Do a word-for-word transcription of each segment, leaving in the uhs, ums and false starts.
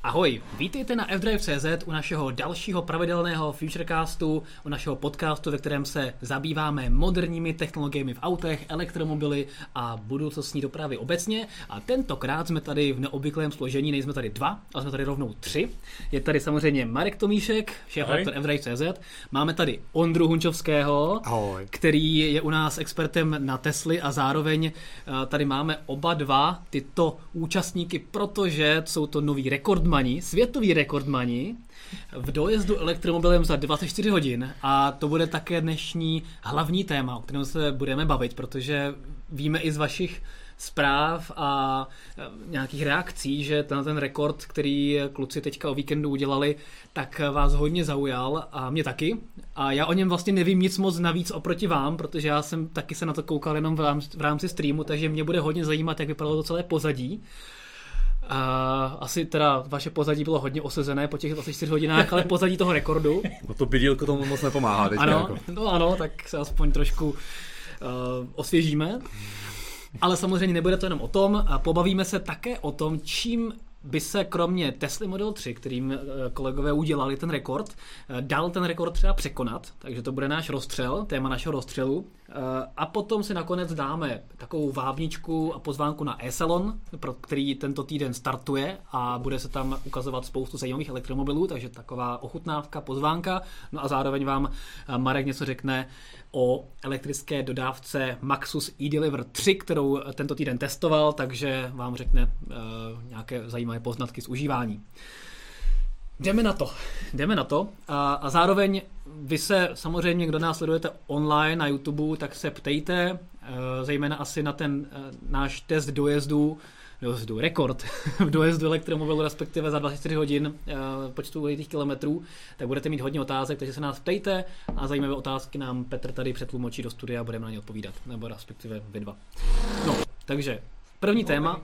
Ahoj, vítejte na F Drive tečka cé zet u našeho dalšího pravidelného Futurecastu, u našeho podcastu, ve kterém se zabýváme moderními technologiemi v autech, elektromobily a budoucnostní dopravy obecně. A tentokrát jsme tady v neobvyklém složení, nejsme tady dva, ale jsme tady rovnou tři. Je tady samozřejmě Marek Tomíšek, šéf-redaktor F Drive tečka cé zet. Máme tady Ondru Hunčovského, Ahoj. Který je u nás expertem na Tesly a zároveň tady máme oba dva tyto účastníky, protože jsou to noví rekordmani, světoví rekordmani v dojezdu elektromobilem za dvacet čtyři hodin a to bude také dnešní hlavní téma, o kterém se budeme bavit, protože víme i z vašich zpráv a nějakých reakcí, že ten, ten rekord, který kluci teďka o víkendu udělali, tak vás hodně zaujal a mě taky. A já o něm vlastně nevím nic moc navíc oproti vám, protože já jsem taky se na to koukal jenom v rámci, v rámci streamu, takže mě bude hodně zajímat, jak vypadalo to celé pozadí. A asi teda vaše pozadí bylo hodně osezené po těch dvaceti čtyřech hodinách, ale pozadí toho rekordu. No to bydílko tomu moc nepomáhá teďka. Ano, jako. no ano, tak se aspoň trošku uh, osvěžíme. Ale samozřejmě nebude to jenom o tom, pobavíme se také o tom, čím by se kromě Tesly Model tři, kterým kolegové udělali ten rekord, dal ten rekord třeba překonat, takže to bude náš rozstřel, téma našeho rozstřelu. A potom si nakonec dáme takovou vábničku a pozvánku na e-salon, pro který tento týden startuje a bude se tam ukazovat spoustu zajímavých elektromobilů, takže taková ochutnávka, pozvánka. No a zároveň vám Marek něco řekne o elektrické dodávce Maxus eDeliver tři, kterou tento týden testoval, takže vám řekne uh, nějaké zajímavé poznatky z užívání. Jdeme na to. Jdeme na to. A, a zároveň vy se samozřejmě, kdo nás sledujete online na YouTube, tak se ptejte, uh, zejména asi na ten uh, náš test dojezdu, dojezdu, rekord v dojezdu elektromobilu, respektive za dvacet čtyři hodin uh, počtu ujetých kilometrů, tak budete mít hodně otázek, takže se nás ptejte a zajímavé otázky nám Petr tady přetlumočí do studia a budeme na ně odpovídat, nebo respektive vy dva. No, takže první téma.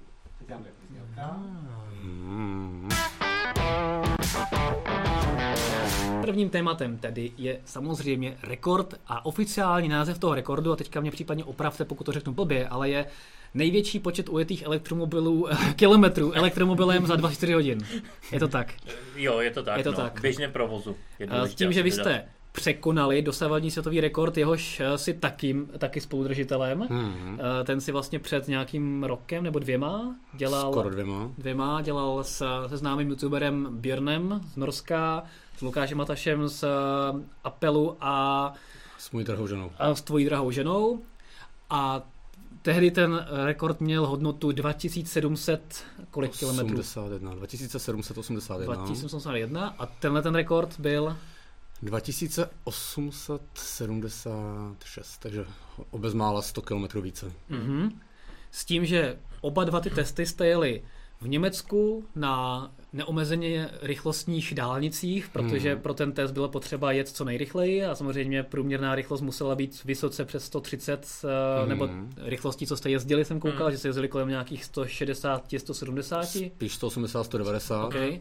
Prvním tématem tedy je samozřejmě rekord a oficiální název toho rekordu, a teďka mě případně opravte, pokud to řeknu blbě, ale je největší počet ujetých elektromobilů, kilometrů elektromobilem za dvacet čtyři hodin. Je to tak? Jo, je to tak, je to no. tak. V běžném provozu. S tím, že vy jste překonali dosavadní světový rekord, jehož si taky, taky spoludržitelem. Mm-hmm. Ten si vlastně před nějakým rokem nebo dvěma dělal, skoro dvěma. dvěma dělal s, se známým youtuberem Björnem z Norska, s Lukášem Matašem z Apelu a s mojí drahou ženou. A s tvojí drahou ženou. A tehdy ten rekord měl hodnotu dva tisíce sedm set kolik kilometrů? osmdesát jedna, dva tisíce sedm set osmdesát jedna. dva tisíce sedm set osmdesát jedna a tenhle ten rekord byl dva tisíce osm set sedmdesát šest, takže o bezmála sto kilometrů více. Mm-hmm. S tím, že oba dva ty testy jste jeli v Německu na neomezeně rychlostních dálnicích, protože hmm. pro ten test bylo potřeba jet co nejrychleji a samozřejmě průměrná rychlost musela být vysoce přes sto třicet, hmm. nebo rychlostí, co jste jezdili, jsem koukal, hmm. že jste jezdili kolem nějakých sto šedesát, sto sedmdesát. Spíš sto osmdesát, sto devadesát. Okay.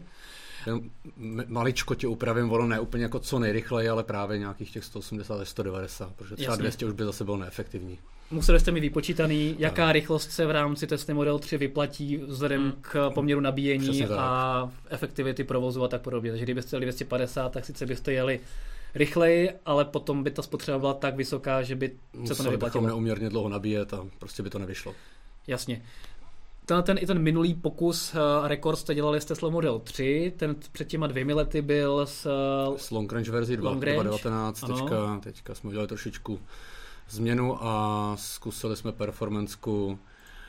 Maličko tě upravím, ono ne úplně jako co nejrychleji, ale právě nějakých těch sto osmdesát až sto devadesát, protože třeba Jasně. dvě stě už by zase bylo neefektivní. Museli jste mi vypočítaný, jaká no. rychlost se v rámci Tesly Model tři vyplatí vzhledem hmm. k poměru nabíjení a efektivity provozu a tak podobně. Takže kdybyste jeli dvě stě padesát, tak sice byste jeli rychleji, ale potom by ta spotřeba byla tak vysoká, že by se Museli to nevyplatilo. bychom neuměrně dlouho nabíjet a prostě by to nevyšlo. Jasně. Ten, ten, i ten minulý pokus, uh, rekord jste dělali s Tesla Model tři, ten před těma dvěmi lety byl s, uh, s Long Range verzi dva tisíce devatenáct, teďka, teďka jsme udělali trošičku změnu a zkusili jsme performanceku uh,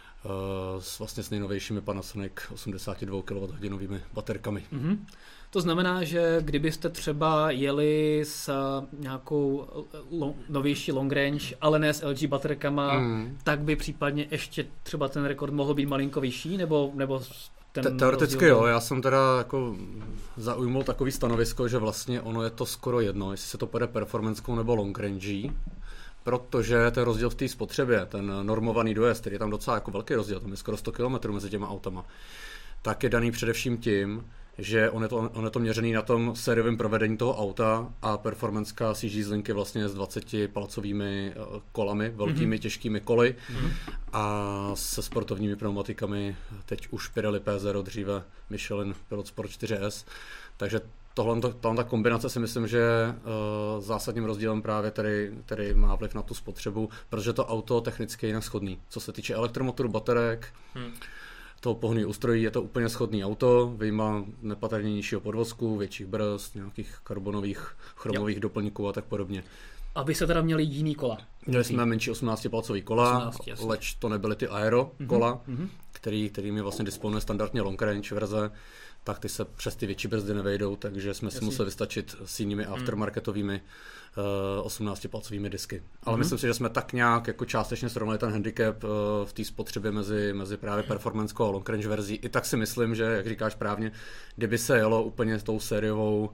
s vlastně s nejnovějšími Panasonic osmdesát dva kilowatthodin baterkami. Mm-hmm. To znamená, že kdybyste třeba jeli s nějakou lo- novější long range, ale ne s L G baterkama, mm. tak by případně ještě třeba ten rekord mohl být malinko vyšší, nebo, nebo ten Te- Teoreticky rozdíl... jo, já jsem teda jako zaujmul takový stanovisko, že vlastně ono je to skoro jedno, jestli se to půjde performancekou nebo long range, protože ten rozdíl v té spotřebě, ten normovaný dojezd, který je tam docela jako velký rozdíl, tam je skoro sto kilometrů mezi těma autama, tak je daný především tím, že on je to, on je to měřený na tom sériovém provedení toho auta a Performance Car si jíždí z linky vlastně s dvaceti palcovými kolami, velkými mm-hmm. těžkými koly mm-hmm. a se sportovními pneumatikami, teď už Pirelli P zero, dříve Michelin Pilot Sport čtyři S, takže tohle, tohle ta kombinace si myslím, že je uh, zásadním rozdílem právě, který, který má vliv na tu spotřebu, protože to auto technicky je jinak shodný. Co se týče elektromotoru, baterek, hmm. toho pohonného ústrojí, je to úplně shodný auto, vyjma nepatrně nižšího podvozku, větších brzd, nějakých karbonových, chromových jo. doplňků a tak podobně. A vy se teda měli jiný kola? Měli jsme menší osmnáctipalcový kola, osmnáct, leč to nebyly ty aero mm-hmm. kola, mm-hmm. který, kterými vlastně disponuje standardně long range verze, tak ty se přes ty větší brzdy nevejdou, takže jsme si Jasně. museli vystačit s jinými aftermarketovými uh, osmnáctipalcovými disky. Ale mm-hmm. myslím si, že jsme tak nějak jako částečně srovnali ten handicap uh, v té spotřebě mezi, mezi právě performance a long range verzí. I tak si myslím, že, jak říkáš správně, kdyby se jelo úplně tou sériovou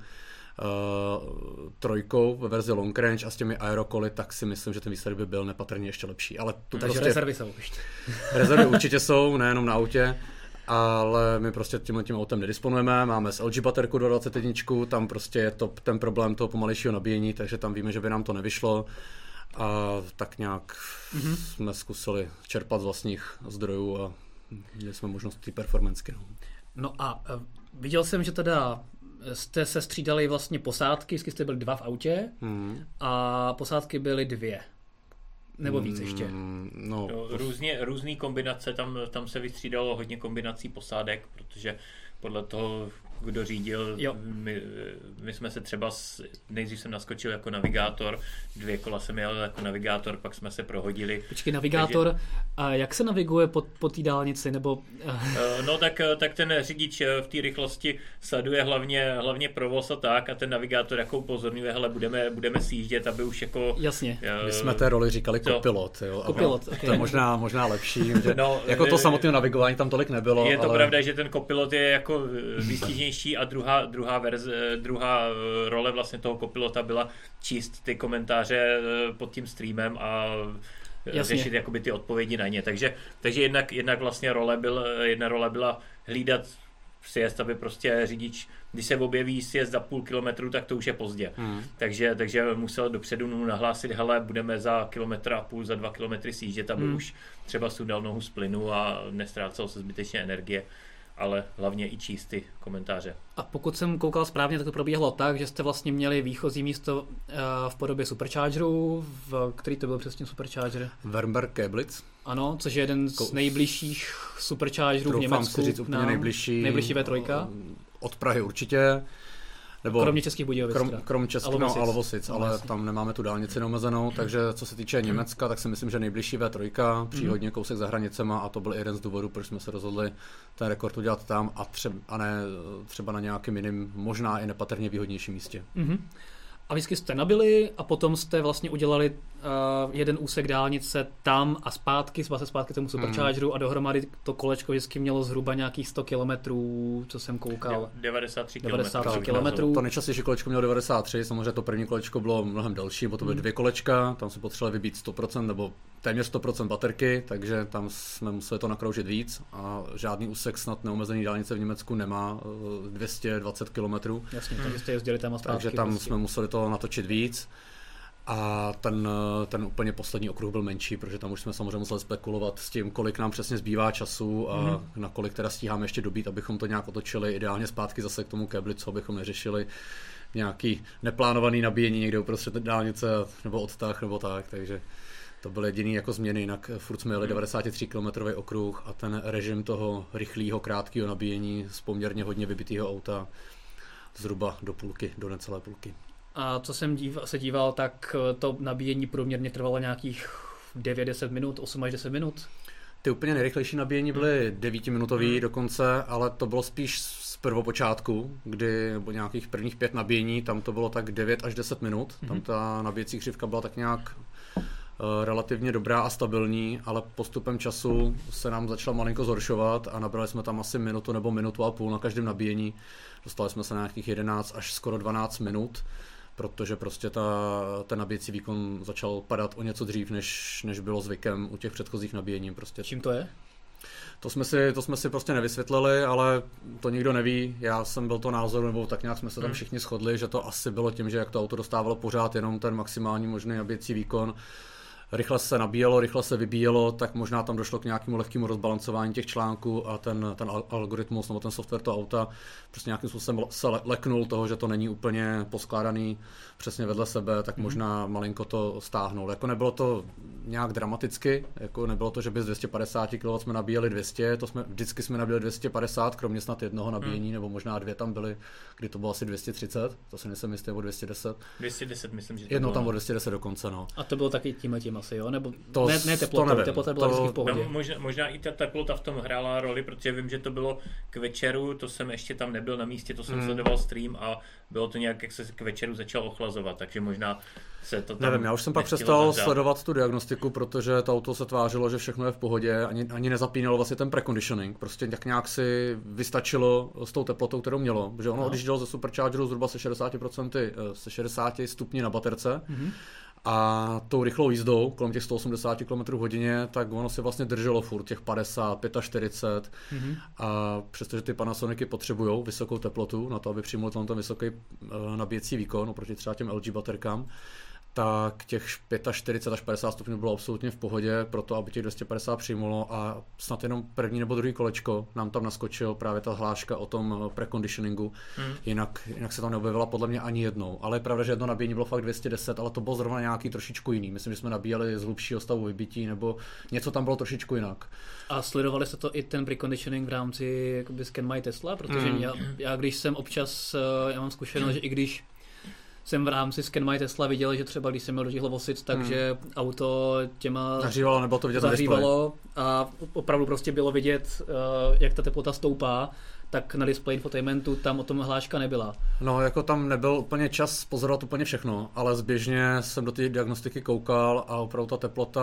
Uh, trojkou ve verzi long range a s těmi aerokoly, tak si myslím, že ten výsledek by byl nepatrně ještě lepší. Ale tu Takže prostě... rezervy jsou ještě. Rezervy určitě jsou, nejenom na autě, ale my prostě tímhle tím autem nedisponujeme. Máme s L G baterku dvacet jedna, tam prostě je to ten problém toho pomalejšího nabíjení, takže tam víme, že by nám to nevyšlo. A tak nějak mm-hmm. jsme zkusili čerpat z vlastních zdrojů a měli jsme možnost té performanceky. No. no a uh, viděl jsem, že teda jste se střídali vlastně posádky, vždycky jste byli dva v autě hmm. a posádky byly dvě. Nebo víc ještě. Hmm, no. No, různě, různý kombinace, tam, tam se vystřídalo hodně kombinací posádek, protože podle toho, kdo řídil, my, my jsme se třeba, s, nejdřív jsem naskočil jako navigátor, dvě kola jsem jel jako navigátor, pak jsme se prohodili. Počkej, navigátor, takže, a jak se naviguje po, po té dálnici, nebo... No tak, tak ten řidič v té rychlosti sleduje hlavně, hlavně provoz a tak a ten navigátor jako upozorňuje, hele, budeme, budeme sjíždět, aby už jako... Jasně. My jsme té roli říkali kopilot, jo. Kopilot, okay. To je možná, možná lepší, že no, jako to samotné navigování tam tolik nebylo. Je to ale... pravda, že ten kopilot je jako výstižnější a druhá, druhá, verze, druhá role vlastně toho kopilota byla číst ty komentáře pod tím streamem a Jasně. řešit jakoby ty odpovědi na ně. Takže, takže jednak, jednak vlastně role byl, jedna role byla hlídat sjezd, aby prostě řidič, když se objeví sjezd za půl kilometru, tak to už je pozdě. Hmm. Takže, takže musel dopředu nahlásit, hele, budeme za kilometr a půl, za dva kilometry sjíždět, aby hmm. už třeba sundal nohu z plynu a nestrácel se zbytečně energie, ale hlavně i číst ty komentáře. A pokud jsem koukal správně, tak to probíhalo tak, že jste vlastně měli výchozí místo v podobě superchargerů, v který to byl přesně supercharger? Wernberg Keblitz. Ano, což je jeden z nejbližších superchargerů v Německu. Si říct úplně nejbližší. Nejbližší V tři. Od Prahy určitě. Nebo kromě Českých Budějovic. Krom, krom Českých, no, a Lovosic, ale Lovosic. Tam nemáme tu dálnici neomezenou, takže co se týče Německa, tak si myslím, že nejbližší V tři, příhodně kousek za hranicema a to byl jeden z důvodů, proč jsme se rozhodli ten rekord udělat tam a, třeba, a ne třeba na nějakým jiným, možná i nepatrně výhodnějším místě. Mm-hmm. A vždycky jste nabili a potom jste vlastně udělali uh, jeden úsek dálnice tam a zpátky, se zpátky tomu superchargeru mm. a dohromady to kolečko vždycky mělo zhruba nějakých sto kilometrů, co jsem koukal. devadesát tři kilometrů. To nejčastější kolečko mělo devadesát tři, samozřejmě to první kolečko bylo mnohem delší, bo to byly mm. dvě kolečka, tam se potřebovali vybít sto procent nebo téměř sto procent baterky, takže tam jsme museli to nakroužit víc a žádný úsek snad neomezený dálnice v Německu nemá dvě stě dvacet kilometrů. Jasně, mm. takže jste jezdili tam a zpátky. Takže tam vlastně. jsme museli to natočit víc a ten, ten úplně poslední okruh byl menší, protože tam už jsme samozřejmě museli spekulovat s tím, kolik nám přesně zbývá času a mm. na kolik teda stíháme ještě dobít, abychom to nějak otočili, ideálně zpátky zase k tomu Keblicu, abychom neřešili nějaký neplánovaný nabíjení někde uprostřed dálnice nebo odtah nebo tak, takže to byly jediný jako změny, jinak furt jsme jeli devadesát tři kilometrový okruh a ten režim toho rychlého, krátkého nabíjení z poměrně hodně vybitého auta zhruba do půlky, do necelé půlky. A co jsem díval, se díval, tak to nabíjení průměrně trvalo nějakých devět deset minut, osm až deset minut. Ty úplně nejrychlejší nabíjení byly devítiminutový hmm. dokonce, ale to bylo spíš z prvopočátku, kdy, nebo nějakých prvních pět nabíjení, tam to bylo tak devět až deset minut, hmm. tam ta nabíjecí křivka byla tak nějak relativně dobrá a stabilní, ale postupem času se nám začala malinko zhoršovat a nabrali jsme tam asi minutu nebo minutu a půl na každém nabíjení. Dostali jsme se na nějakých jedenáct až skoro dvanáct minut, protože prostě ta, ten nabíjecí výkon začal padat o něco dřív, než, než bylo zvykem u těch předchozích nabíjení. Prostě. Čím to je? To jsme, si, to jsme si prostě nevysvětlili, ale to nikdo neví. Já jsem byl to názoru, nebo tak nějak jsme se tam všichni shodli, že to asi bylo tím, že jak to auto dostávalo pořád jenom ten maximální možný nabíjecí výkon, rychle se nabíjelo, rychle se vybíjelo, tak možná tam došlo k nějakému lehkému rozbalancování těch článků a ten, ten algoritmus nebo ten software toho auta prostě nějakým způsobem se leknul toho, že to není úplně poskládaný přesně vedle sebe, tak možná malinko to stáhnul. Jako nebylo to nějak dramaticky, jako nebylo to, že by z dvě stě padesát kilowattů jsme nabíjeli dvě stě, to jsme, vždycky jsme nabíjeli dvě stě padesát, kromě snad jednoho nabíjení, hmm. nebo možná dvě tam byly, kdy to bylo asi dvě stě třicet, to si nejsem jistý, nebo dvě stě deset. dvě stě deset myslím, že to Jedno bylo, tam bylo dvě stě deset dokonce, no. A to bylo taky tím a tím asi, jo? Nebo to, ne, ne teplota, teplota byla to, vždycky v pohodě. No, možná, možná i ta teplota v tom hrála roli, protože vím, že to bylo k večeru, to jsem ještě tam nebyl na místě, to jsem hmm. sledoval stream a bylo to nějak, jak se k večeru začal ochlazovat, takže možná se to tam nevím, já už jsem pak přestal nahřát. Sledovat tu diagnostiku, protože to auto se tvářilo, že všechno je v pohodě, ani, ani nezapínalo vlastně ten preconditioning, prostě tak nějak si vystačilo s tou teplotou, kterou mělo, protože ono no. odjíždělo ze superchargeru zhruba se šedesát procent, se šedesáti stupni na baterce, mm-hmm. a tou rychlou jízdou, kolem těch sto osmdesát kilometrů hodině, tak ono si vlastně drželo furt těch padesát, čtyřicet pět, mm-hmm. a přestože ty Panasonicy potřebují vysokou teplotu na to, aby přijmul ten vysoký uh, nabíjecí výkon oproti třeba těm L G baterkám, tak těch čtyřicet pět až padesát stupňů bylo absolutně v pohodě pro to, aby těch dvě stě padesát přijmulo a snad jenom první nebo druhý kolečko nám tam naskočil právě ta hláška o tom preconditioningu, hmm. jinak, jinak se tam neobjevila podle mě ani jednou, ale je pravda, že jedno nabíjení bylo fakt dvě stě deset, ale to bylo zrovna nějaký trošičku jiný, myslím, že jsme nabíjeli z hlubšího stavu vybití nebo něco tam bylo trošičku jinak. A sledovali jste to i ten preconditioning v rámci jakoby Scan My Tesla, protože hmm. já, já když jsem občas, já mám zkušenost, že i když jsem v rámci Scan My Tesla viděl, že třeba když jsem měl do těchto vozit, takže hmm. auto těma zahřívalo, nebo to vidět zahřívalo a opravdu prostě bylo vidět, jak ta teplota stoupá, tak na displeji infotainmentu tam o tom hláška nebyla. No, jako tam nebyl úplně čas pozorovat úplně všechno, ale zběžně jsem do té diagnostiky koukal a opravdu ta teplota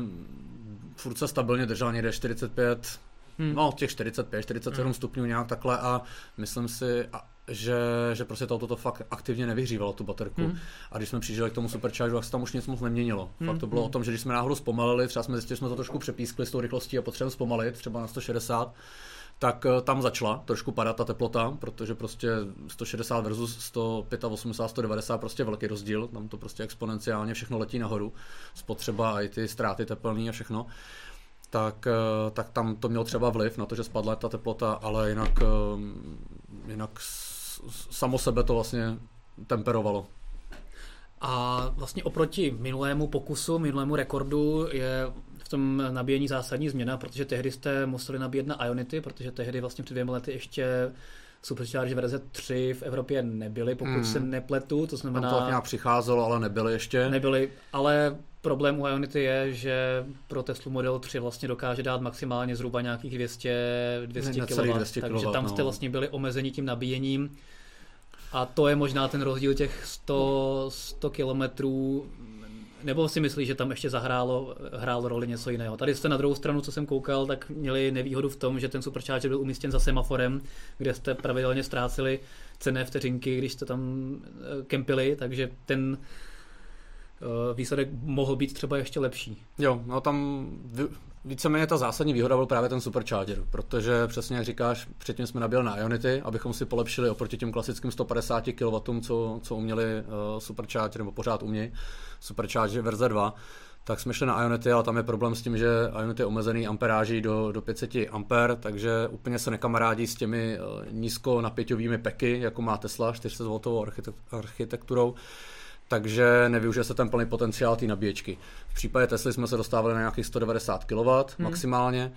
furt se stabilně držela někde čtyřicet pět, hmm. no těch čtyřicet pět, čtyřicet sedm hmm. stupňů nějak takhle a myslím si, že, že prostě to auto to fakt aktivně nevyhřívalo tu baterku. Hmm. A když jsme přišli k tomu superchargeru, tak se tam už nic moc neměnilo. Hmm. Fakt to bylo hmm. o tom, že když jsme náhodou zpomalili, třeba jsme zjistili, že jsme to trošku přepískli s tou rychlostí a potřebujeme zpomalit, třeba na sto šedesát, tak tam začala trošku padat ta teplota, protože prostě sto šedesát versus sto osmdesát pět, sto devadesát prostě velký rozdíl, tam to prostě exponenciálně všechno letí nahoru, spotřeba a i ty ztráty tepelný a všechno. Tak, tak tam to mělo třeba vliv na to, že spadla ta teplota, ale jinak, jinak samo sebe to vlastně temperovalo. A vlastně oproti minulému pokusu, minulému rekordu je v tom nabíjení zásadní změna, protože tehdy jste museli nabíjet na Ionity, protože tehdy vlastně před dvěma lety ještě Supercharger verze tři v Evropě nebyly, pokud hmm. se nepletu, to znamená... Tam to nějak přicházelo, ale nebyly ještě. Nebyly, ale problém u Ionity je, že pro Teslu Model tři vlastně dokáže dát maximálně zhruba nějakých dvě stě, dvě stě kilowattů, takže tam jste vlastně byli omezeni tím nabíjením. A to je možná ten rozdíl těch sto kilometrů, nebo si myslíš, že tam ještě zahrálo hrálo roli něco jiného? Tady jste na druhou stranu, co jsem koukal, tak měli nevýhodu v tom, že ten Supercharger byl umístěn za semaforem, kde jste pravidelně ztráceli cenné vteřinky, když jste tam kempili, takže ten výsledek mohl být třeba ještě lepší. Jo, no tam víceméně ta zásadní výhoda byl právě ten Supercharger, protože přesně jak říkáš, předtím jsme nabíjeli na Ionity, abychom si polepšili oproti těm klasickým sto padesát kilowattů, co, co uměli uh, Supercharger, nebo pořád umějí, Supercharger verze dva, tak jsme šli na Ionity, ale tam je problém s tím, že Ionity je omezený amperáží do, do pět set ampér, takže úplně se nekamarádí s těmi uh, nízkonapěťovými peky, jako má Tesla, čtyři sta voltovou architekturou. Takže nevyužije se ten plný potenciál té nabíječky. V případě Tesly jsme se dostávali na nějakých sto devadesát kilowattů hmm. maximálně.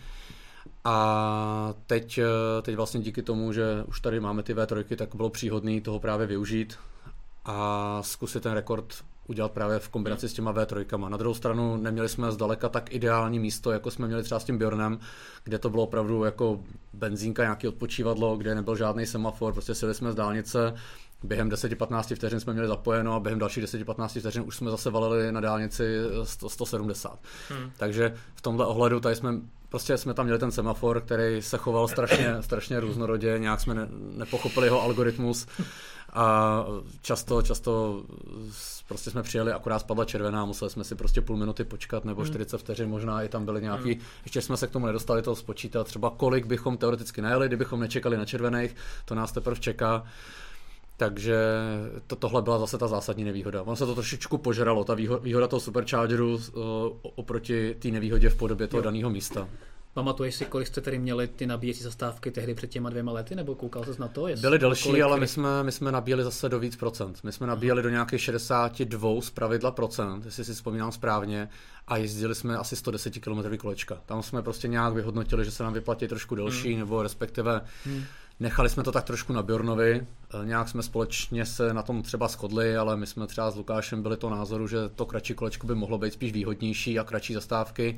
A teď, teď vlastně díky tomu, že už tady máme ty vé tři, tak bylo příhodné toho právě využít a zkusit ten rekord udělat právě v kombinaci s těma vé tři. Na druhou stranu neměli jsme zdaleka tak ideální místo, jako jsme měli třeba s tím Bjornem, kde to bylo opravdu jako benzínka, nějaký odpočívadlo, kde nebyl žádný semafor, prostě sjeli jsme z dálnice, během deset patnáct vteřin jsme měli zapojeno a během dalších deset patnáct vteřin už jsme zase valili na dálnici sto sedmdesát. Hmm. Takže v tomhle ohledu tady jsme, prostě jsme tam měli ten semafor, který se choval strašně, strašně různorodě, nějak jsme ne, nepochopili jeho algoritmus A často, často prostě jsme přijeli, akorát spadla červená, museli jsme si prostě půl minuty počkat, nebo čtyřicet vteřin, možná i tam byly nějaký, hmm. ještě jsme se k tomu nedostali toho spočítat, třeba kolik bychom teoreticky najeli, kdybychom nečekali na červených, to nás teprve čeká. Takže to, tohle byla zase ta zásadní nevýhoda. Ono se to trošičku požralo, ta výhoda, výhoda toho Superchargeru uh, oproti té nevýhodě v podobě toho jo. daného místa. Pamatuješ si, kolik jste tedy měli ty nabíjecí zastávky tehdy před těma dvěma lety, nebo koukal ses na to? Jest Byly delší, kolik... ale my jsme, my jsme nabíjeli zase do víc procent. My jsme nabíjeli Aha. do nějakých šedesát dva z pravidla procent, jestli si vzpomínám správně, a jezdili jsme asi sto deset kilometrů kolečka. Tam jsme prostě nějak vyhodnotili, že se nám vyplatí trošku delší, hmm. nebo respektive hmm. nechali jsme to tak trošku na Bjornovi, nějak jsme společně se na tom třeba shodli, ale my jsme třeba s Lukášem byli to názoru, že to kratší kolečko by mohlo být spíš výhodnější a kratší zastávky.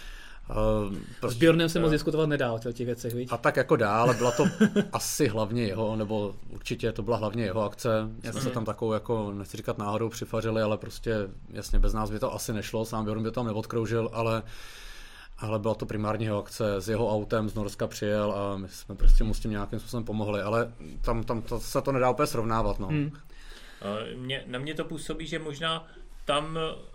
Uh, prostě, s Bjornem se moc diskutovat nedá o těch věcech, víš? A tak jako dá, ale byla to asi hlavně jeho, nebo určitě to byla hlavně jeho akce. Jasně. Jsme se tam takovou, jako, nechci říkat náhodou, přifařili, ale prostě jasně bez nás by to asi nešlo, sám Bjorn by tam neodkroužil, ale, ale byla to primárně jeho akce, s jeho autem z Norska přijel a my jsme prostě mu s tím nějakým způsobem pomohli, ale tam, tam to, se to nedá úplně srovnávat. No. Hmm. Mě, na mě to působí, že možná tam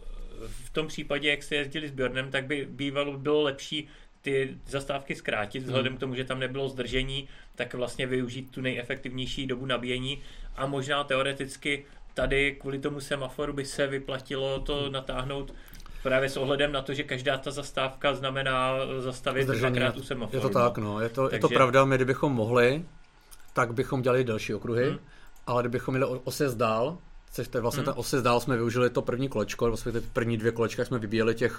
v tom případě, jak jste jezdili s Bjornem, tak by bývalo bylo lepší ty zastávky zkrátit, vzhledem k tomu, že tam nebylo zdržení, tak vlastně využít tu nejefektivnější dobu nabíjení a možná teoreticky tady kvůli tomu semaforu by se vyplatilo to natáhnout právě s ohledem na to, že každá ta zastávka znamená zastavit dvakrát u semaforu. Je to tak, no, je to, Takže... je to pravda, my kdybychom mohli, tak bychom dělali další okruhy, hmm. ale kdybychom měli osjezd dál, což to je vlastně hmm. ten osjezd dál, jsme využili to první kolečko, vlastně ty první dvě kolečka jsme vybíjeli těch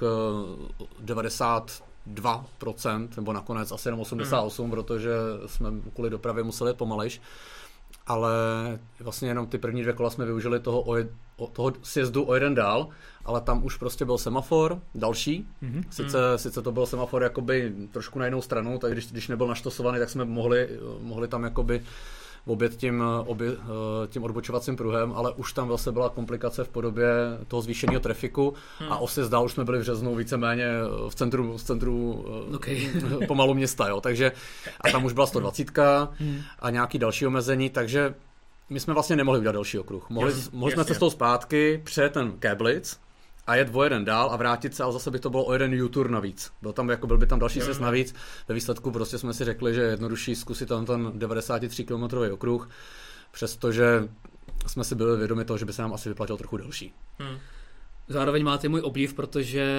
devadesát dva procent, nebo nakonec asi jenom osmdesát osm procent, hmm. protože jsme kvůli dopravě museli jít pomalejš. Ale vlastně jenom ty první dvě kola jsme využili toho, o jed, o, toho sjezdu o jeden dál, ale tam už prostě byl semafor další. Mm-hmm. Sice, mm. sice to byl semafor jakoby trošku na jinou stranu, tak když, když nebyl naštosovaný, tak jsme mohli, mohli tam jakoby obět tím, obě, tím odbočovacím pruhem, ale už tam vlastně byla komplikace v podobě toho zvýšeného trafiku hmm. a osjezd dál už jsme byli v Řeznu víceméně v centru, v centru okay. pomalu města, jo. Takže a tam už byla sto dvacet hmm. a nějaký další omezení, takže my jsme vlastně nemohli udělat další okruh. Mohli, yes, mohli jsme cestou zpátky přejet ten Käblitz a jet o jeden dál a vrátit se, ale zase by to bylo o jeden U-turn navíc. Byl tam, jako byl by tam další sjezd navíc. Ve výsledku prostě jsme si řekli, že je jednodušší zkusit tam ten devadesát tři kilometrový okruh, přestože jsme si byli vědomi toho, že by se nám asi vyplatil trochu delší. Hmm. Zároveň máte můj obdiv, protože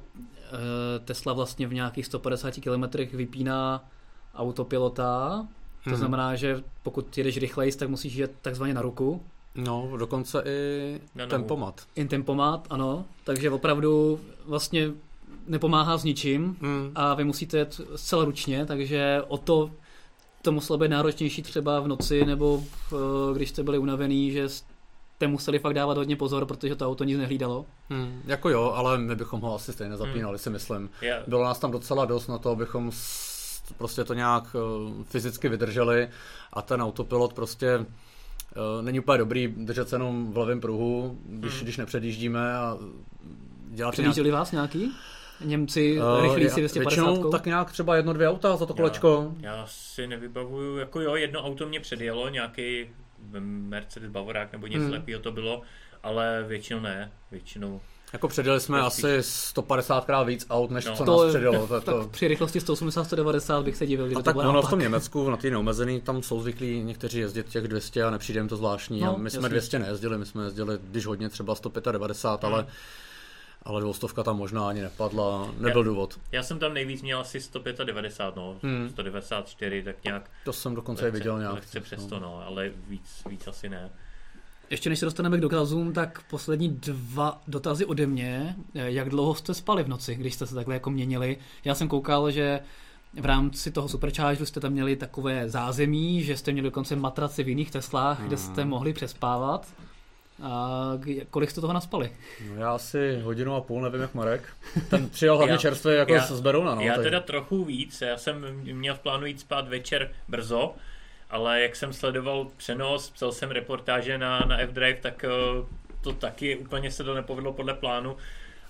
Tesla vlastně v nějakých sto padesáti kilometrech vypíná autopilota. To hmm. znamená, že pokud jedeš rychleji, tak musíš jet takzvaně na ruku. No, dokonce i tempomat. I tempomat, ano. Takže opravdu vlastně nepomáhá s ničím mm. a vy musíte jet zcela ručně, takže o to to muselo být náročnější třeba v noci, nebo v, když jste byli unavený, že jste museli fakt dávat hodně pozor, protože to auto nic nehlídalo. Mm, jako jo, ale my bychom ho asi stejně zapínali, mm. si myslím. Yeah. Bylo nás tam docela dost na to, abychom prostě to nějak fyzicky vydrželi a ten autopilot prostě není úplně dobrý držet se jenom v levém pruhu, když, hmm. když nepředjíždíme a dělat Předjížděli nějak... vás nějaký? Němci uh, rychlíci dvě stě padesát? Většinou tak nějak třeba jedno, dvě auta za to kolečko. Já, já si nevybavuju, jako jo, jedno auto mě předjelo, nějaký Mercedes Bavorák nebo něco hmm. lepšího to bylo, ale většinou ne, většinou. Jako předjeli jsme asi sto padesátkrát víc aut, než no. co to, nás předjelo. Tak, tak při rychlosti sto osmdesát až sto devadesát bych se divil, když to tak ono naopak. V tom Německu, na té neomezený, tam jsou zvyklí někteří jezdit těch dvě stě a nepřijde jim to zvláštní. No, a my jasný. jsme dvě stě nejezdili, my jsme jezdili, když hodně třeba sto devadesát pět, hmm. ale, ale dvoustovka tam možná ani nepadla, nebyl já, důvod. Já jsem tam nejvíc měl asi sto devadesát pět, no, hmm. sto devadesát čtyři, tak nějak. To jsem dokonce lehce, viděl nějak. Lehce přesto, no, ale víc, víc asi ne. Ještě než se dostaneme k dotazům, tak poslední dva dotazy ode mě. Jak dlouho jste spali v noci, když jste se takhle jako měnili? Já jsem koukal, že v rámci toho Superchargeru jste tam měli takové zázemí, že jste měli dokonce matraci v jiných Teslách, hmm. kde jste mohli přespávat. A kolik jste toho naspali? No já asi hodinu a půl, nevím jak Marek. Ten přijel hlavně čerstvě jako já, z Berouna. No, já teda trochu víc, já jsem měl v plánu jít spát večer brzo, ale jak jsem sledoval přenos, psal jsem reportáže na, na F-Drive, tak to taky úplně se to nepovedlo podle plánu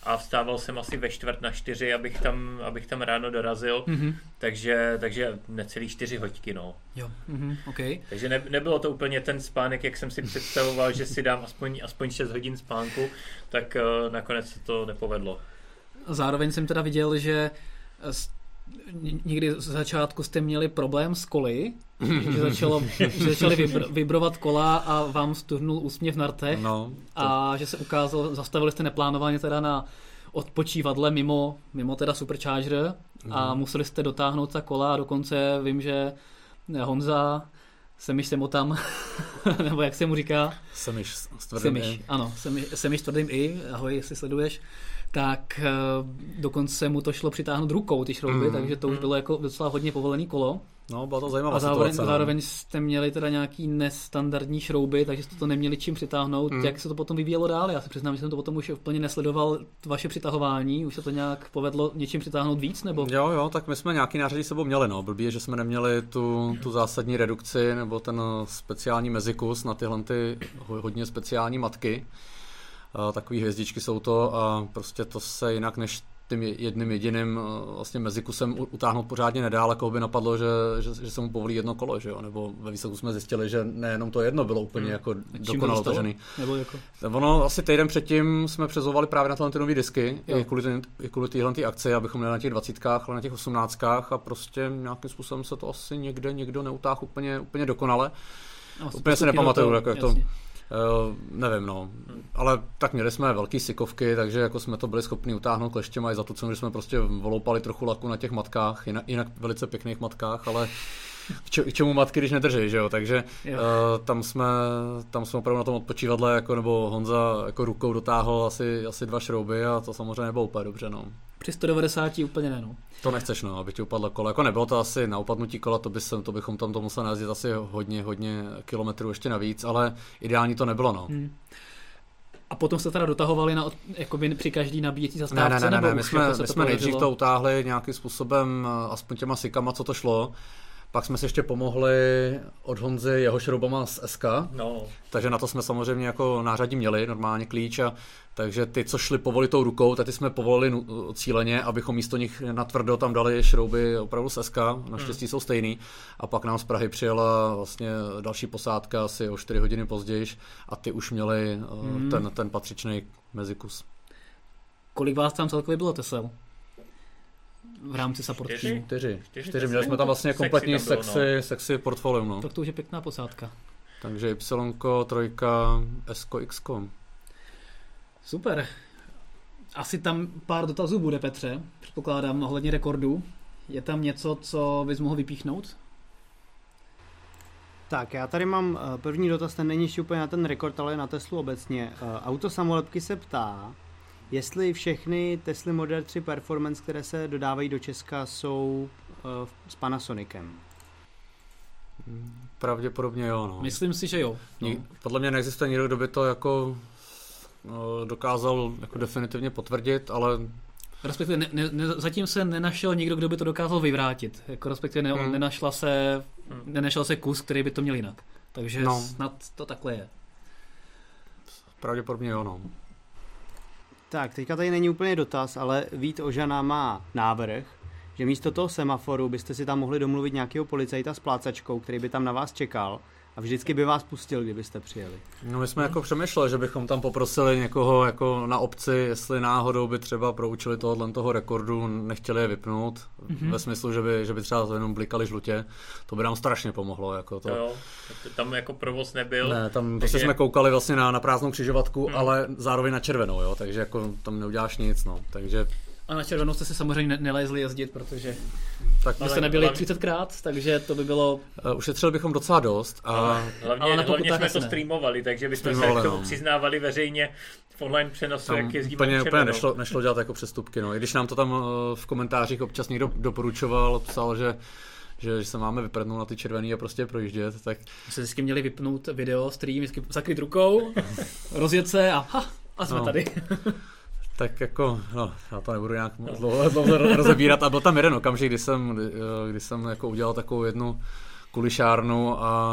a vstával jsem asi ve čtvrt na čtyři, abych tam, abych tam ráno dorazil, mm-hmm. takže, takže necelý čtyři hoďky, no. Jo, mm-hmm, okay. Takže ne, nebylo to úplně ten spánek, jak jsem si představoval, že si dám aspoň, aspoň šest hodin spánku, tak uh, nakonec se to nepovedlo. Zároveň jsem teda viděl, že někdy z začátku jste měli problém s koly, že, začalo, že začali vibr, vibrovat kola a vám stuhnul úsměv na rtech no, to... a že se ukázalo, zastavili jste neplánovaně teda na odpočívadle mimo, mimo teda Supercharger a mm. museli jste dotáhnout ta kola a dokonce vím, že Honza Semiš Semotam, nebo jak se mu říká? Semiš s tvrdým Semiš, i. Ano, Semiš, Semiš s tvrdým i, ahoj, jestli sleduješ. Tak dokonce mu to šlo přitáhnout rukou ty šrouby, mm, takže to už bylo jako docela hodně povolený kolo. No, byla to zajímavá a zároveň, situace. Zároveň jste měli teda nějaký nestandardní šrouby, takže jste to neměli čím přitáhnout. Mm. Jak se to potom vyvíjelo dál? Já se přiznám, že jsem to potom už úplně nesledoval, vaše přitahování. Už se to nějak povedlo něčím přitáhnout víc? Nebo? Jo, jo, tak my jsme nějaký nářadí sebou měli. No. Blbý je, že jsme neměli tu, tu zásadní redukci nebo ten speciální mezikus na tyhle ty hodně speciální matky. Takový hvězdičky jsou to a prostě to se jinak než tím jedním jediným vlastně mezikusem utáhnout pořádně nedá, ale koho by napadlo, že, že, že se mu povolí jedno kolo, že jo? Nebo ve výsledku jsme zjistili, že nejenom to jedno bylo úplně hmm. jako dokonale tažený. Nebo jako? Ono asi týden předtím jsme přezovali právě na tyhle ty nový disky, jo. i kvůli, i kvůli téhle akci, abychom ne na těch dvacítkách, ale na těch osmnáctkách a prostě nějakým způsobem se to asi někde někdo neutáhl úplně, úplně dokonale. No, úplně se nepamatuju, to, jako jak to... Uh, nevím, no. Ale tak měli jsme velký sykovky, takže jako jsme to byli schopni utáhnout kleštěma i za tu cenu, že jsme prostě voloupali trochu laku na těch matkách, jinak, jinak velice pěkných matkách, ale k, č- k čemu matky, když nedrží, že jo, takže jo. Uh, tam jsme tam jsme opravdu na tom odpočívadle, jako, nebo Honza jako rukou dotáhl asi, asi dva šrouby a to samozřejmě nebylo úplně dobře, no. Při sto devadesát úplně ne, no. To nechceš, no, aby ti upadlo kolo. Jako nebylo to asi na upadnutí kola, to, by se, to bychom tam to museli najezdit asi hodně, hodně kilometrů ještě navíc, ale ideální to nebylo, no. Hmm. A potom se teda dotahovali na, jakoby při každý nabíjecí zastávce? Ne, ne, ne, nebo ne. my jsme, jako my jsme nejdřív to utáhli nějakým způsobem, aspoň těma sykama, co to šlo. Pak jsme si ještě pomohli od Honzy jeho šroubama z S K, no. Takže na to jsme samozřejmě jako nářadí měli, normálně klíč, a takže ty, co šli povoli tou rukou, tak ty jsme povolili cíleně, abychom místo nich natvrdo tam dali šrouby opravdu z S K, naštěstí hmm. jsou stejný, a pak nám z Prahy přijela vlastně další posádka asi o čtyři hodiny později a ty už měli hmm. ten, ten patřičný mezikus. Kolik vás tam celkově bylo tesel? V rámci support čtyři? týmu. Čtyři. Čtyři. Čtyři. Měli jsme tam vlastně kompletní sexy, bylo, sexy, no. sexy portfolio. No. Tak to už je pěkná posádka. Takže Y, trojka, S, X. Super. Asi tam pár dotazů bude, Petře. Předpokládám ohledně rekordů. Je tam něco, co bys mohl vypíchnout? Tak, já tady mám první dotaz, ten není ještě úplně na ten rekord, ale na Teslu obecně. Auto samolepky se ptá, jestli všechny Tesla Model tři Performance, které se dodávají do Česka, jsou uh, s Panasonicem. Pravděpodobně jo, no. Myslím si, že jo. No. Podle mě neexistuje nikdo, kdo by to jako no, dokázal jako definitivně potvrdit, ale... Respektive ne, ne, zatím se nenašel nikdo, kdo by to dokázal vyvrátit. Jako respektive ne, hmm. nenašla se, nenašel se kus, který by to měl jinak. Takže no. snad to takhle je. Pravděpodobně jo, no. Tak, teďka tady není úplně dotaz, ale Vít Ožana má návrh, že místo toho semaforu byste si tam mohli domluvit nějakého policajta s plácačkou, který by tam na vás čekal a vždycky by vás pustil, kdybyste přijeli. No my jsme jako přemýšleli, že bychom tam poprosili někoho jako na obci, jestli náhodou by třeba pro účely tohohle toho rekordu nechtěli je vypnout, mm-hmm. ve smyslu, že by, že by třeba jenom blikali žlutě, to by nám strašně pomohlo. Jako to. Jo, tam jako provoz nebyl. Ne, tam takže... prostě jsme koukali vlastně na, na prázdnou křižovatku, hmm. ale zároveň na červenou, jo, takže jako tam neuděláš nic, no, takže... A na červenou jste si samozřejmě nelezli jezdit, protože tak byste nebyli třicetkrát, takže to by bylo... Uh, ušetřili bychom docela dost. A... Hlavně, ale hlavně jsme to ne. streamovali, takže bychom se k tomu no. přiznávali veřejně v online přenosu, tam jak jezdíme úplně, úplně nešlo, nešlo dělat jako přestupky. No. I když nám to tam uh, v komentářích občas někdo doporučoval, psal, že Že, že se máme vyprdnout na ty červený a prostě projíždět, tak... Se vždycky měli vypnout video, stream, zakryt rukou, rozjet se a ha, a jsme no. tady. Tak jako, no, já to nebudu nějak dlouho, dlouho rozebírat. A byl tam jeden okamžik, kdy jsem, kdy, kdy jsem jako udělal takovou jednu kulišárnu a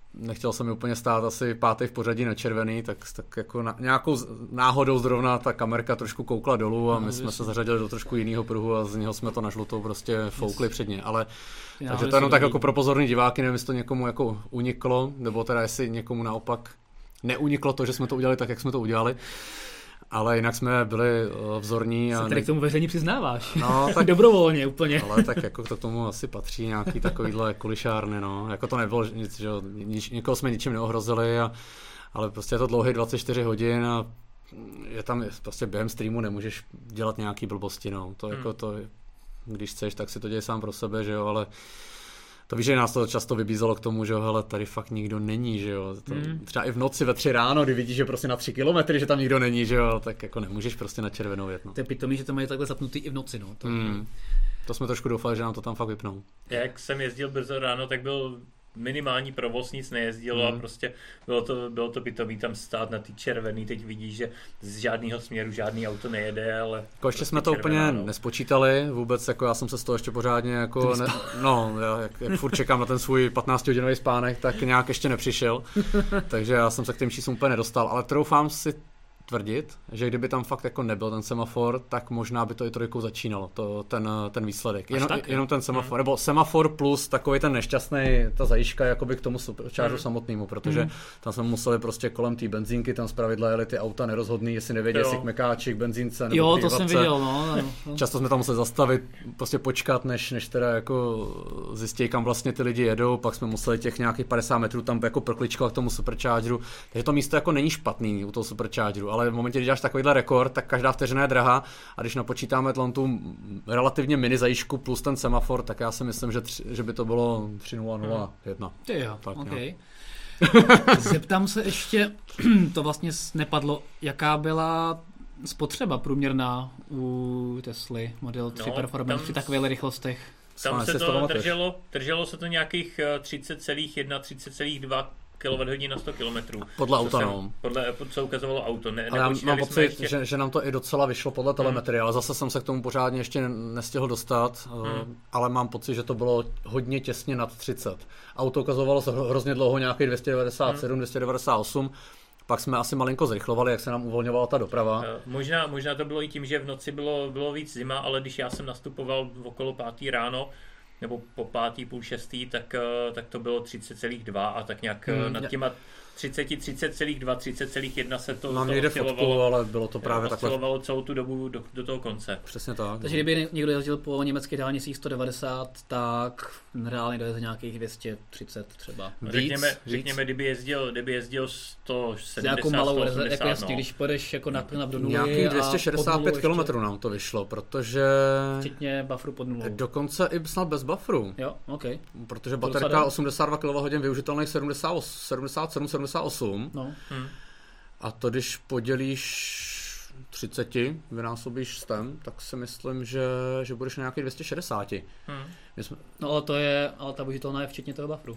nechtěl jsem mi úplně stát asi pátý v pořadí na červený, tak, tak jako na, nějakou náhodou zrovna ta kamerka trošku koukla dolů a my no, jsme se zařadili do trošku jiného pruhu a z něho jsme to na žlutou prostě foukli yes. předně, ale já takže to jenom tak jako pro pozorný diváky, nevím, jestli to někomu jako uniklo, nebo teda jestli někomu naopak neuniklo to, že jsme to udělali tak, jak jsme to udělali. Ale jinak jsme byli vzorní. Se tady k tomu veřejně přiznáváš. No, tak dobrovolně úplně. Ale tak jako to k tomu asi patří nějaký takovýhle kulišárny, no. Jako to nebylo nic, že nič, nikoho jsme ničím neohrozili, a, ale prostě je to dlouhý dvacet čtyři hodin a je tam prostě během streamu nemůžeš dělat nějaký blbosti, no. To hmm. jako to, když chceš, tak si to děj sám pro sebe, že jo, ale to víš, že nás to často vybízelo k tomu, že jo, hele, tady fakt nikdo není, že jo. To, mm. Třeba i v noci ve tři ráno, kdy vidíš, že prostě na tři kilometry, že tam nikdo není, že jo, tak jako nemůžeš prostě na červenou jet, no. To je pitomý, že to mají takhle zapnutý i v noci, no. To, mm. to jsme trošku doufali, že nám to tam fakt vypnou. Jak jsem jezdil brzo ráno, tak byl minimální provoz, nic nejezdilo mm. a prostě bylo to, bylo to pitomý tam stát na ty červený, teď vidíš, že z žádného směru žádný auto nejede, ale... Jako ještě prostě jsme to úplně no. nespočítali vůbec, jako já jsem se z toho ještě pořádně jako, ne, no, já, jak, jak furt čekám na ten svůj patnáctihodinový spánek, tak nějak ještě nepřišel, takže já jsem se k těm číslům úplně nedostal, ale troufám si tvrdit, že kdyby tam fakt jako nebyl ten semafor, tak možná by to i trojkou začínalo, to, ten, ten výsledek. Jenom, tak, jenom ten semafor, hmm. nebo semafor plus takový ten nešťastný, ta zajížka jakoby k tomu superchargeru hmm. samotnému, protože hmm. tam jsme museli prostě kolem té benzínky, tam zpravidla jeli ty auta nerozhodný, jestli nevědí, jestli k mekáči, k benzínce nebo jo, to jsem viděl, no, no. Často jsme tam museli zastavit, prostě počkat, než, než teda jako zjistí, kam vlastně ty lidi jedou, pak jsme museli těch nějakých padesát metrů tam jako prokličkovat k tomu superchargeru, takže to místo jako není špatný u toho superchargeru, ale v momentě, když dáš takovýhle rekord, tak každá vteřina je drahá a když napočítáme tu relativně mini zajížku plus ten semafor, tak já si myslím, že, tři, že by to bylo tři nula nula jedna. Ty jo, tak, okay. Zeptám se ještě, to vlastně nepadlo, jaká byla spotřeba průměrná u Tesly Model tři no, Performance při takových rychlostech? Tam se to drželo, drželo se to nějakých třicet celá jedna, třicet celá dva kilowatthodin na sto kilometrů. Podle auta, no. Podle, co ukazovalo auto. Ne, ale já mám pocit, ještě... že, že nám to i docela vyšlo podle telemetrie, hmm. ale zase jsem se k tomu pořádně ještě nestihl dostat, hmm. ale mám pocit, že to bylo hodně těsně nad třicet. Auto ukazovalo se hrozně dlouho nějaký dvě stě devadesát sedm, hmm. dvě stě devadesát osm, pak jsme asi malinko zrychlovali, jak se nám uvolňovala ta doprava. Možná, možná to bylo i tím, že v noci bylo, bylo víc zima, ale když já jsem nastupoval okolo pátý ráno, nebo po pátý, půl šestý, tak, tak to bylo třicet celá dva a tak nějak hmm. nad těma třicet, třicet celá dva, třicet celá jedna se to, mám to někde fotku, ale bylo to právě takhle. Celou tu dobu do, do toho konce. Přesně tak. Takže kdyby někdo jezdil po německých dálnicích sto devadesát, tak reálně dojede nějakých dvě stě třicet třeba. Víc, řekněme, víc. řekněme kdyby jezdil, kdyby jezdil sto sedmdesát, sto osmdesát, jako jasně, no. Když pojedeš jako na, na do nuly nějakých dvě stě šedesát pět kilometrů nám to vyšlo, protože... Včetně bufferu pod nulou. Dokonce i snad bez bufferu. Jo, ok. Protože baterka osmdesát dva kilowatthodin, využitelných sedmdesát sedm sedmdesát osm. No. Hmm. A to když podělíš třicet, vynásobíš stem, tak si myslím, že, že budeš na nějaký dvě stě šedesát. Hmm. Jsme... No ale to je, ale ta využitelná je včetně toho bufferu.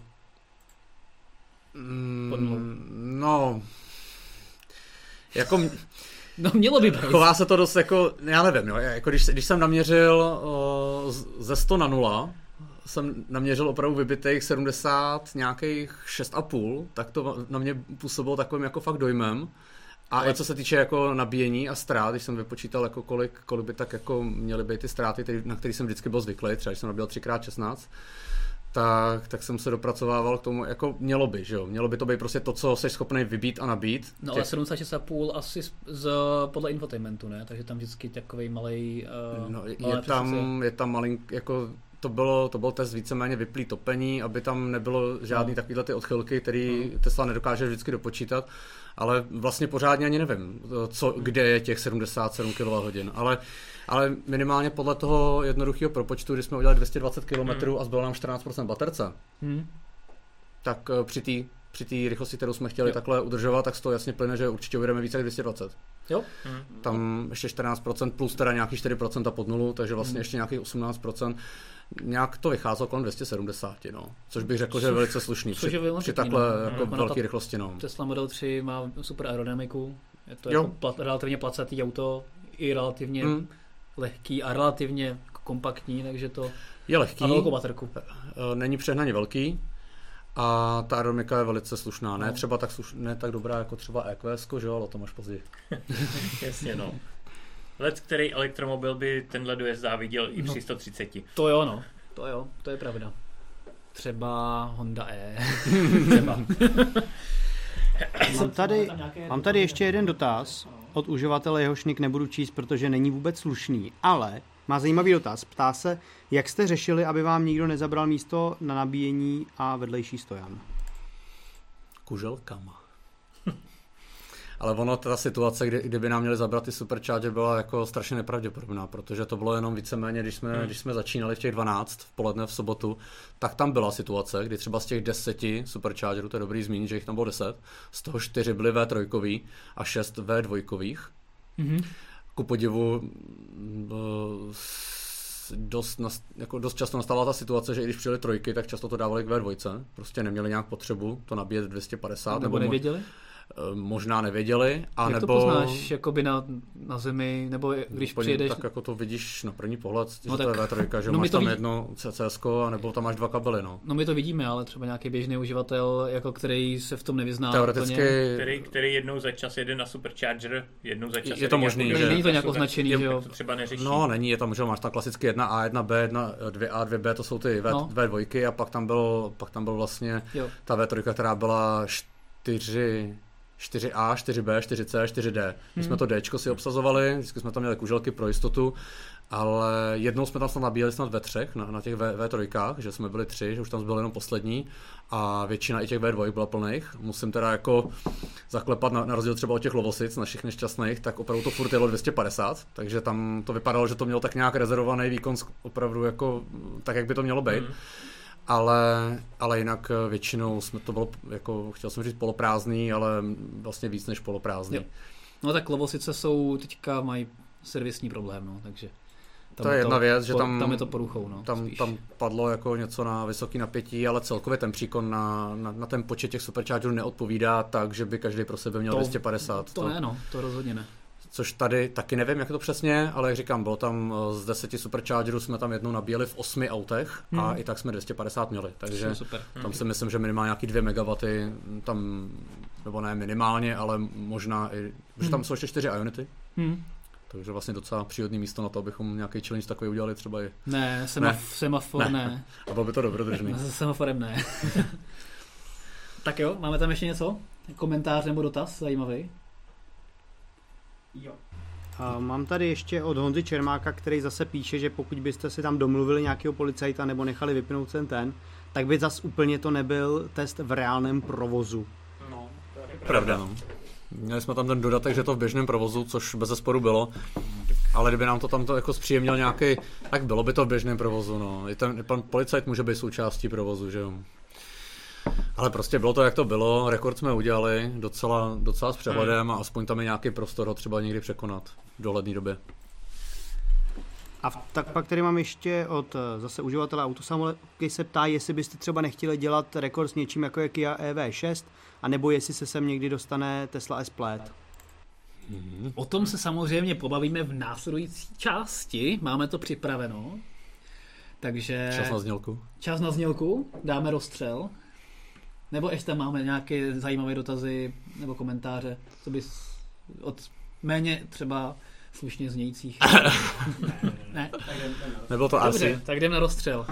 Mm, no, jako... No mělo by být. Chová se to dost jako, já nevím, jo, jako když, když jsem naměřil uh, ze sto na nula, jsem naměřil opravdu vybitých sedmdesát, nějakých šest a půl, tak to na mě působilo takovým jako fakt dojmem. A ale... i co se týče jako nabíjení a ztrát, když jsem vypočítal, jako kolik, kolik by tak jako měly být ty ztráty, na který jsem vždycky byl zvyklý, třeba když jsem nabíjel tři krát šestnáct, tak, tak jsem se dopracovával k tomu, jako mělo by, že jo, mělo by to být prostě to, co jsi schopný vybít a nabít. No ale sedmdesát šest a půl asi z, z, podle infotainmentu, ne? Takže tam vždycky takovej malej... Uh, no, je tam, je tam malink, jako... To bylo, to byl test víceméně vyplý topení, aby tam nebylo žádný no. takovýhle ty odchylky, který no. Tesla nedokáže vždycky dopočítat, ale vlastně pořádně ani nevím, co, kde je těch sedmdesát sedm kilowatthodin, ale, ale minimálně podle toho jednoduchého propočtu, kdy jsme udělali dvě stě dvacet kilometrů hmm. a zbylo nám čtrnáct procent baterce, hmm. tak při té při té rychlosti, kterou jsme chtěli jo. takhle udržovat, tak z toho jasně plyne, že určitě uvedeme více jak dvě stě dvacet. Jo. Hmm. Tam ještě čtrnáct procent plus teda nějakých čtyři procenta pod nulu, takže vlastně hmm. ještě nějakých osmnáct procent. Nějak to vycházelo kolem dvě stě sedmdesát, no. Což bych řekl, což, že je velice slušný při, při takhle no. jako no, velké rychlosti. No. Tesla Model tři má super aerodynamiku, je to jako plat, relativně placatý auto, i relativně hmm. lehký a relativně kompaktní, takže to je lehký, má velkou baterku. Není přehnaně velký A ta aerodynamika je velice slušná. Ne třeba tak, sluš, ne tak dobrá jako třeba E Q S, že jo, ale to máš později. Jasně, no. Let, který elektromobil by tenhle dojezd záviděl i při sto třicet. To jo, no. To jo, to je pravda. Třeba Honda E. Třeba. Mám tady, mám tady ještě jeden dotaz od uživatele, jehož nick nebudu číst, protože není vůbec slušný, ale má zajímavý dotaz. Ptá se, jak jste řešili, aby vám nikdo nezabral místo na nabíjení a vedlejší stojan? Kuželkama. Ale ono, ta situace, kdy, kdyby nám měli zabrat ty Supercharger, byla jako strašně nepravděpodobná, protože to bylo jenom víceméně, když jsme, hmm. když jsme začínali v těch dvanáct v poledne v sobotu, tak tam byla situace, kdy třeba z těch deseti Superchargerů, to je dobrý zmínit, že jich tam bylo deset, z toho čtyři byly V tři a šest V dva. Hmm. Ku podivu dost, jako dost často nastala ta situace, že i když přijeli trojky, tak často to dávali k V dva, prostě neměli nějak potřebu to nabíjet dvě stě padesát. Nebo, nebo nevěděli? Možná nevěděli, a jak nebo... to poznáš, jakoby na, na zemi, nebo když no, přijedeš... Tak jako to vidíš na první pohled, no že tak, to je V tři, že no máš tam ví... jedno C C S ko, a nebo tam máš dva kabely, no. No my to vidíme, ale třeba nějaký běžný uživatel, jako který se v tom nevyzná. Teoreticky... Který, který jednou za čas jede na Supercharger, jednou za čas... Je to možný, jako, že... Není to nějak označený, že jo? To třeba neřeší. No, není, je tam, že máš tam klasicky jedna A, jedna B, jedna, dvě A, dvě B, to jsou ty V, no. V dva, a pak tam byl, pak tam byl vlastně jo. ta V tři, která byla čtyři... čtyři A, čtyři B, čtyři C, čtyři D. My hmm. jsme to Dčko si obsazovali, vždycky jsme tam měli kuželky pro jistotu, ale jednou jsme tam snad nabíjeli snad ve třech, na, na těch V tři, že jsme byli tři, že už tam zbyl jenom poslední a většina i těch V dva byla plných. Musím teda jako zaklepat na, na rozdíl třeba od těch Lovosic, našich nešťastných, tak opravdu to furt jelo dvě stě padesát, takže tam to vypadalo, že to mělo tak nějak rezervovaný výkon opravdu jako tak, jak by to mělo být. Hmm. Ale, ale jinak většinou jsme to bylo, jako chtěl jsem říct poloprázdný, ale vlastně víc než poloprázdný. Jo. No tak Lovosice jsou, teďka mají servisní problém, no, takže... Tam to je jedna to, věc, že tam, tam je to poruchou, no, tam, tam padlo jako něco na vysoký napětí, ale celkově ten příkon na, na, na ten počet těch Superchargerů neodpovídá tak, že by každý pro sebe měl to, dvě stě padesát. To, to ne, no, to rozhodně ne. Což tady taky nevím, jak je to přesně, ale jak říkám, bylo tam z deseti Superchargerů jsme tam jednou nabíjeli v osmi autech a hmm. i tak jsme dvě stě padesát měli, takže super. Tam si myslím, že minimálně nějaký dvě megawaty tam, nebo ne minimálně, ale možná i, hmm. že tam jsou ještě čtyři Ionity. Hmm. Takže vlastně docela příhodný místo na to, abychom nějaký challenge takový udělali třeba i... Ne, semaf- ne. semafor ne. ne. A bylo by to dobrodružný. S semaforem ne. Tak jo, máme tam ještě něco? Komentář nebo dotaz zajímavý? Jo. A mám tady ještě od Honzy Čermáka, který zase píše, že pokud byste si tam domluvili nějakého policajta nebo nechali vypnout ten ten, tak by zase úplně to nebyl test v reálném provozu. No, to je pravda. No. Měli jsme tam ten dodatek, že to v běžném provozu, což bez zesporu bylo, ale kdyby nám to tam to jako zpříjemnil nějaký, tak bylo by to v běžném provozu. No. I ten pan policajt může být součástí provozu, že jo. Ale prostě bylo to, jak to bylo, rekord jsme udělali docela, docela s přehledem a aspoň tam je nějaký prostor ho třeba někdy překonat v dohledné době. A v, tak pak tady mám ještě od zase uživatele Autosamolepky se ptá, jestli byste třeba nechtěli dělat rekord s něčím jako je Kia E V šest, anebo jestli se sem někdy dostane Tesla S Plaid. Mm-hmm. O tom se samozřejmě pobavíme v následující části, máme to připraveno. Takže... Čas na znělku. Čas na znělku, dáme rozstřel. Nebo ještě máme nějaké zajímavé dotazy nebo komentáře, co bys od méně třeba slušně znějících. ne, ne. Nebylo to Dobře, asi. tak jdem na rozstřel.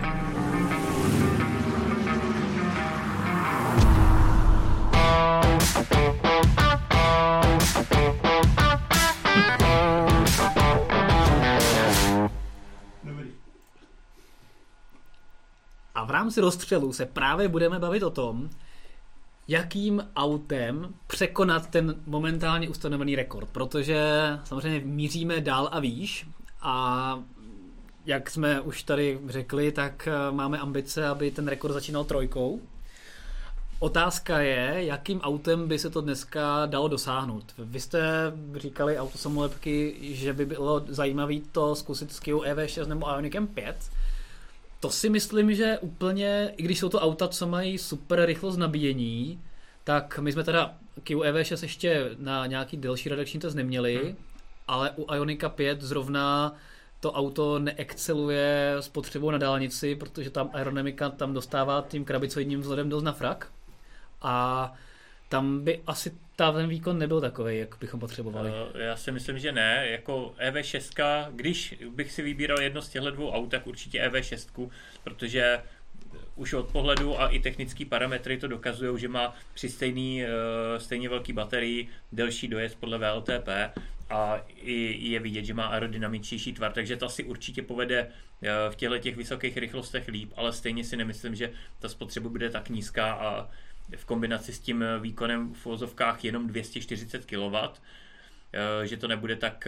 A v rámci rozstřelu se právě budeme bavit o tom, jakým autem překonat ten momentálně ustanovený rekord, protože samozřejmě míříme dál a výš a jak jsme už tady řekli, tak máme ambice, aby ten rekord začínal trojkou. Otázka je, jakým autem by se to dneska dalo dosáhnout. Vy jste říkali Autosamolepky, že by bylo zajímavé to zkusit s Kia E V šest nebo Ioniqem pět. To si myslím, že úplně, i když jsou to auta, co mají super rychlost nabíjení, tak my jsme teda Kia E V šest ještě na nějaký delší redakční test neměli, hmm. ale u Ioniqa pět zrovna to auto neexceluje spotřebou na dálnici, protože tam aerodynamika tam dostává tím krabicoidním vzhledem dost na frak a tam by asi ta, ten výkon nebyl takovej, jak bychom potřebovali. Já si myslím, že ne. Jako E V šest, když bych si vybíral jedno z těchto dvou aut, tak určitě E V šest, protože už od pohledu a i technické parametry to dokazují, že má při stejný, stejně velký baterii delší dojezd podle V L T P a i je vidět, že má aerodynamičtější tvar, takže to asi určitě povede v těchto těch vysokých rychlostech líp, ale stejně si nemyslím, že ta spotřeba bude tak nízká a v kombinaci s tím výkonem v uvozovkách jenom dvě stě čtyřicet kilowattů, že to nebude tak,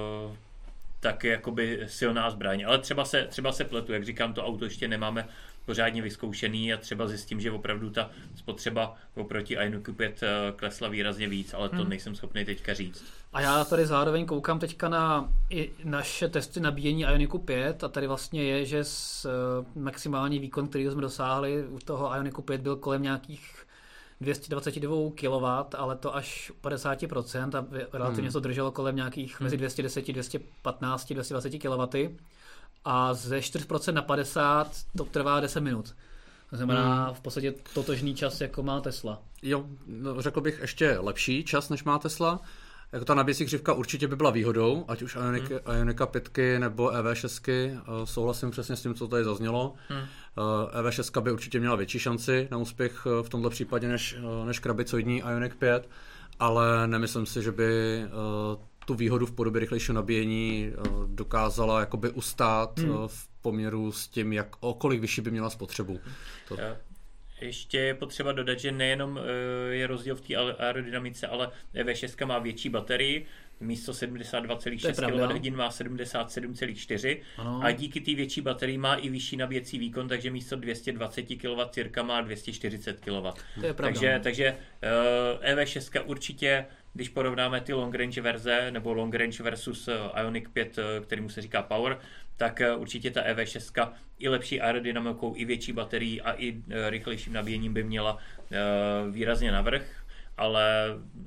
tak jakoby silná zbraň. Ale třeba se, třeba se pletu, jak říkám, to auto ještě nemáme pořádně vyzkoušený a třeba zjistím, že opravdu ta spotřeba oproti Ioniqu pět klesla výrazně víc, ale to hmm. nejsem schopný teďka říct. A já tady zároveň koukám teďka na i naše testy nabíjení Ioniqu pět a tady vlastně je, že s, maximální výkon, který jsme dosáhli u toho Ioniqu pět byl kolem nějakých dvě stě dvacet dva kilowattů, ale to až padesát procent a relativně hmm. to drželo kolem nějakých hmm. mezi dvě stě deset, dvě stě patnáct, dvě stě dvacet kilowattů a ze čtyři procenta na padesát to trvá deset minut. To znamená hmm. v podstatě totožný čas, jako má Tesla. Jo, no, řekl bych ještě lepší čas, než má Tesla. Jako ta nabíjecí křivka určitě by byla výhodou, ať už Ioniq, hmm. Ionika pět nebo E V šest, souhlasím přesně s tím, co tady zaznělo. Hmm. E V šest by určitě měla větší šanci na úspěch v tomto případě než, než krabicoidní Ioniq pět, ale nemyslím si, že by tu výhodu v podobě rychlejšího nabíjení dokázala jakoby ustát hmm. v poměru s tím, jak o kolik vyšší by měla spotřebu. To... Ještě je potřeba dodat, že nejenom je rozdíl v té aerodynamice, ale E V šest má větší baterii, místo sedmdesát dva celá šest kilowatthodin má sedmdesát sedm celá čtyři a díky té větší baterii má i vyšší nabíjecí výkon, takže místo dvě stě dvacet kilowattů cirka má dvě stě čtyřicet kilowattů. Takže, takže E V šest určitě, když porovnáme ty long range verze, nebo long range versus Ioniq pět, kterému se říká Power, tak určitě ta E V šest i lepší aerodynamikou, i větší baterií a i rychlejším nabíjením by měla výrazně navrch, ale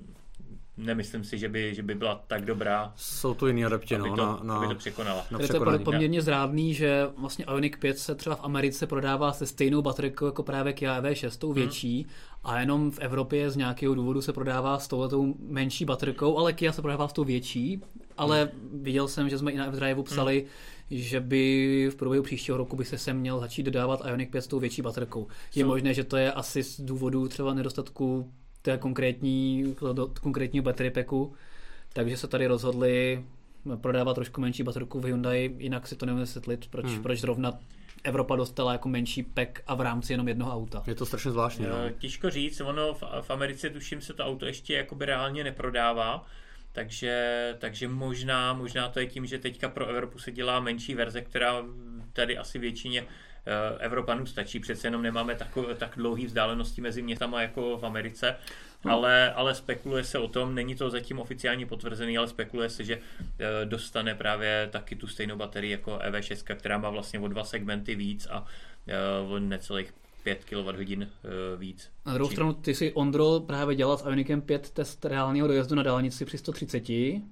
nemyslím si, že by, že by byla tak dobrá. Jsou tu jiný adepti, aby, no, to, na, na, aby to překonala. Na to je poměrně zrádný, že vlastně Ioniq pět se třeba v Americe prodává se stejnou baterkou jako právě Kia E V šest, tou větší, hmm. a jenom v Evropě z nějakého důvodu se prodává s touhletou menší baterkou, ale Kia se prodává s tou větší, ale hmm. viděl jsem, že jsme i na F-Drive psali, hmm. že by v průběhu příštího roku by se sem měl začít dodávat Ioniq pět s tou větší baterkou. Je so. možné, že to je asi z důvodu třeba nedostatku té konkrétní, konkrétního battery packu, takže se tady rozhodli prodávat trošku menší baterku v Hyundai, jinak si to nevím vysvětlit, proč, hmm. proč zrovna Evropa dostala jako menší pack a v rámci jenom jednoho auta. Je to strašně zvláštní. No. Těžko říct, ono v, v Americe tuším se to auto ještě jakoby reálně neprodává, takže, takže možná, možná to je tím, že teďka pro Evropu se dělá menší verze, která tady asi většině Evropanů stačí, přece jenom nemáme tako, tak dlouhý vzdálenosti mezi městama jako v Americe, no. ale, ale spekuluje se o tom, není to zatím oficiálně potvrzený, ale spekuluje se, že dostane právě taky tu stejnou baterii jako E V šest, která má vlastně o dva segmenty víc a o necelých pět kilowatthodin víc. Na druhou stranu, ty si, Ondro, právě dělal s Ioniqem pět test reálného dojezdu na dálnici při sto třicet.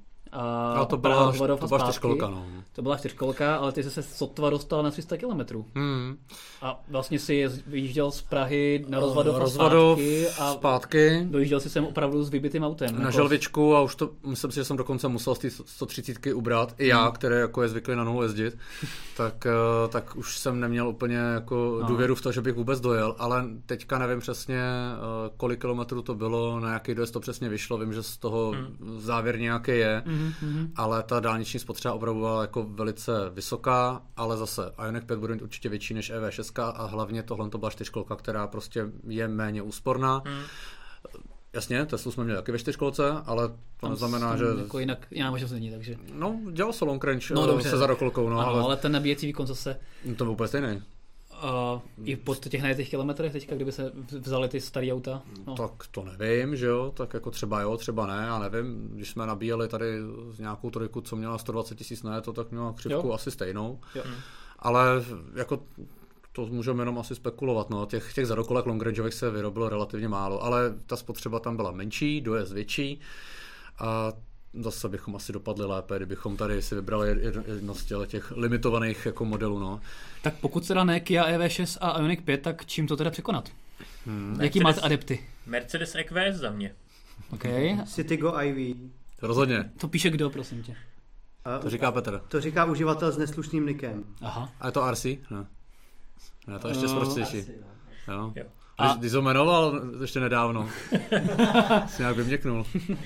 A no, to byla, to byla čtyřkolka, no. To byla čtyřkolka, ale ty jsi se sotva dostal na tři sta kilometrů. Hmm. A vlastně si vyjížděl z Prahy na Rozvadov, uh, Rozvadov zpátky a zpátky. Dojížděl si sem opravdu s vybitým autem. Na jako... želvičku a už to, myslím si, že jsem dokonce musel z té sto třicítky ubrat. I já, hmm. který jako je zvyklý na nulu jezdit, tak, tak už jsem neměl úplně jako no. důvěru v to, že bych vůbec dojel, ale teďka nevím přesně, kolik kilometrů to bylo, na jaký dojezd to přesně vyšlo, vím, že z toho hmm. závěr nějaký je. Hmm. Mm-hmm. Ale ta dálniční spotřeba opravdu byla jako velice vysoká, ale zase Ioniq pět bude mít určitě větší než E V šest a hlavně tohle to byla čtyřkolka, která prostě je méně úsporná. Mm. Jasně, Teslu jsme měli taky ve čtyřkolce, ale to tam neznamená, že... Jako jinak, jiná možnost není, takže... No, dělal se long range no, dobře. se zadokolkou, no. Ano, ale... ale ten nabíjecí výkon zase... No, to byl úplně stejný. Uh, I po těch najetých kilometrech teďka, kdyby se vzali ty starý auta? No. Tak to nevím, že jo, tak jako třeba jo, třeba ne, já nevím, když jsme nabíjeli tady z nějakou trojku, co měla sto dvacet tisíc na to, tak měla křivku jo. asi stejnou, jo. ale jako to můžeme jenom asi spekulovat, no, těch, těch zadokolek longrangeových se vyrobilo relativně málo, ale ta spotřeba tam byla menší, dojezd větší a zase bychom asi dopadli lépe, kdybychom tady si vybrali jedno z těch limitovaných jako modelů. No. Tak pokud teda ne Kia E V šest a Ioniq pět, tak čím to teda překonat? Hmm. Jaký máte adepty? Mercedes E Q S za mě. Okay. Citigo I V. Rozhodně. To píše kdo, prosím tě? To říká Petr. To říká uživatel s neslušným nickem. Aha. A je to R C? Ne. Ne, to ještě uh, sprostější. No. Jo. Jo. A... Když ho jmenoval ještě nedávno. Jsi nějak vyměknul.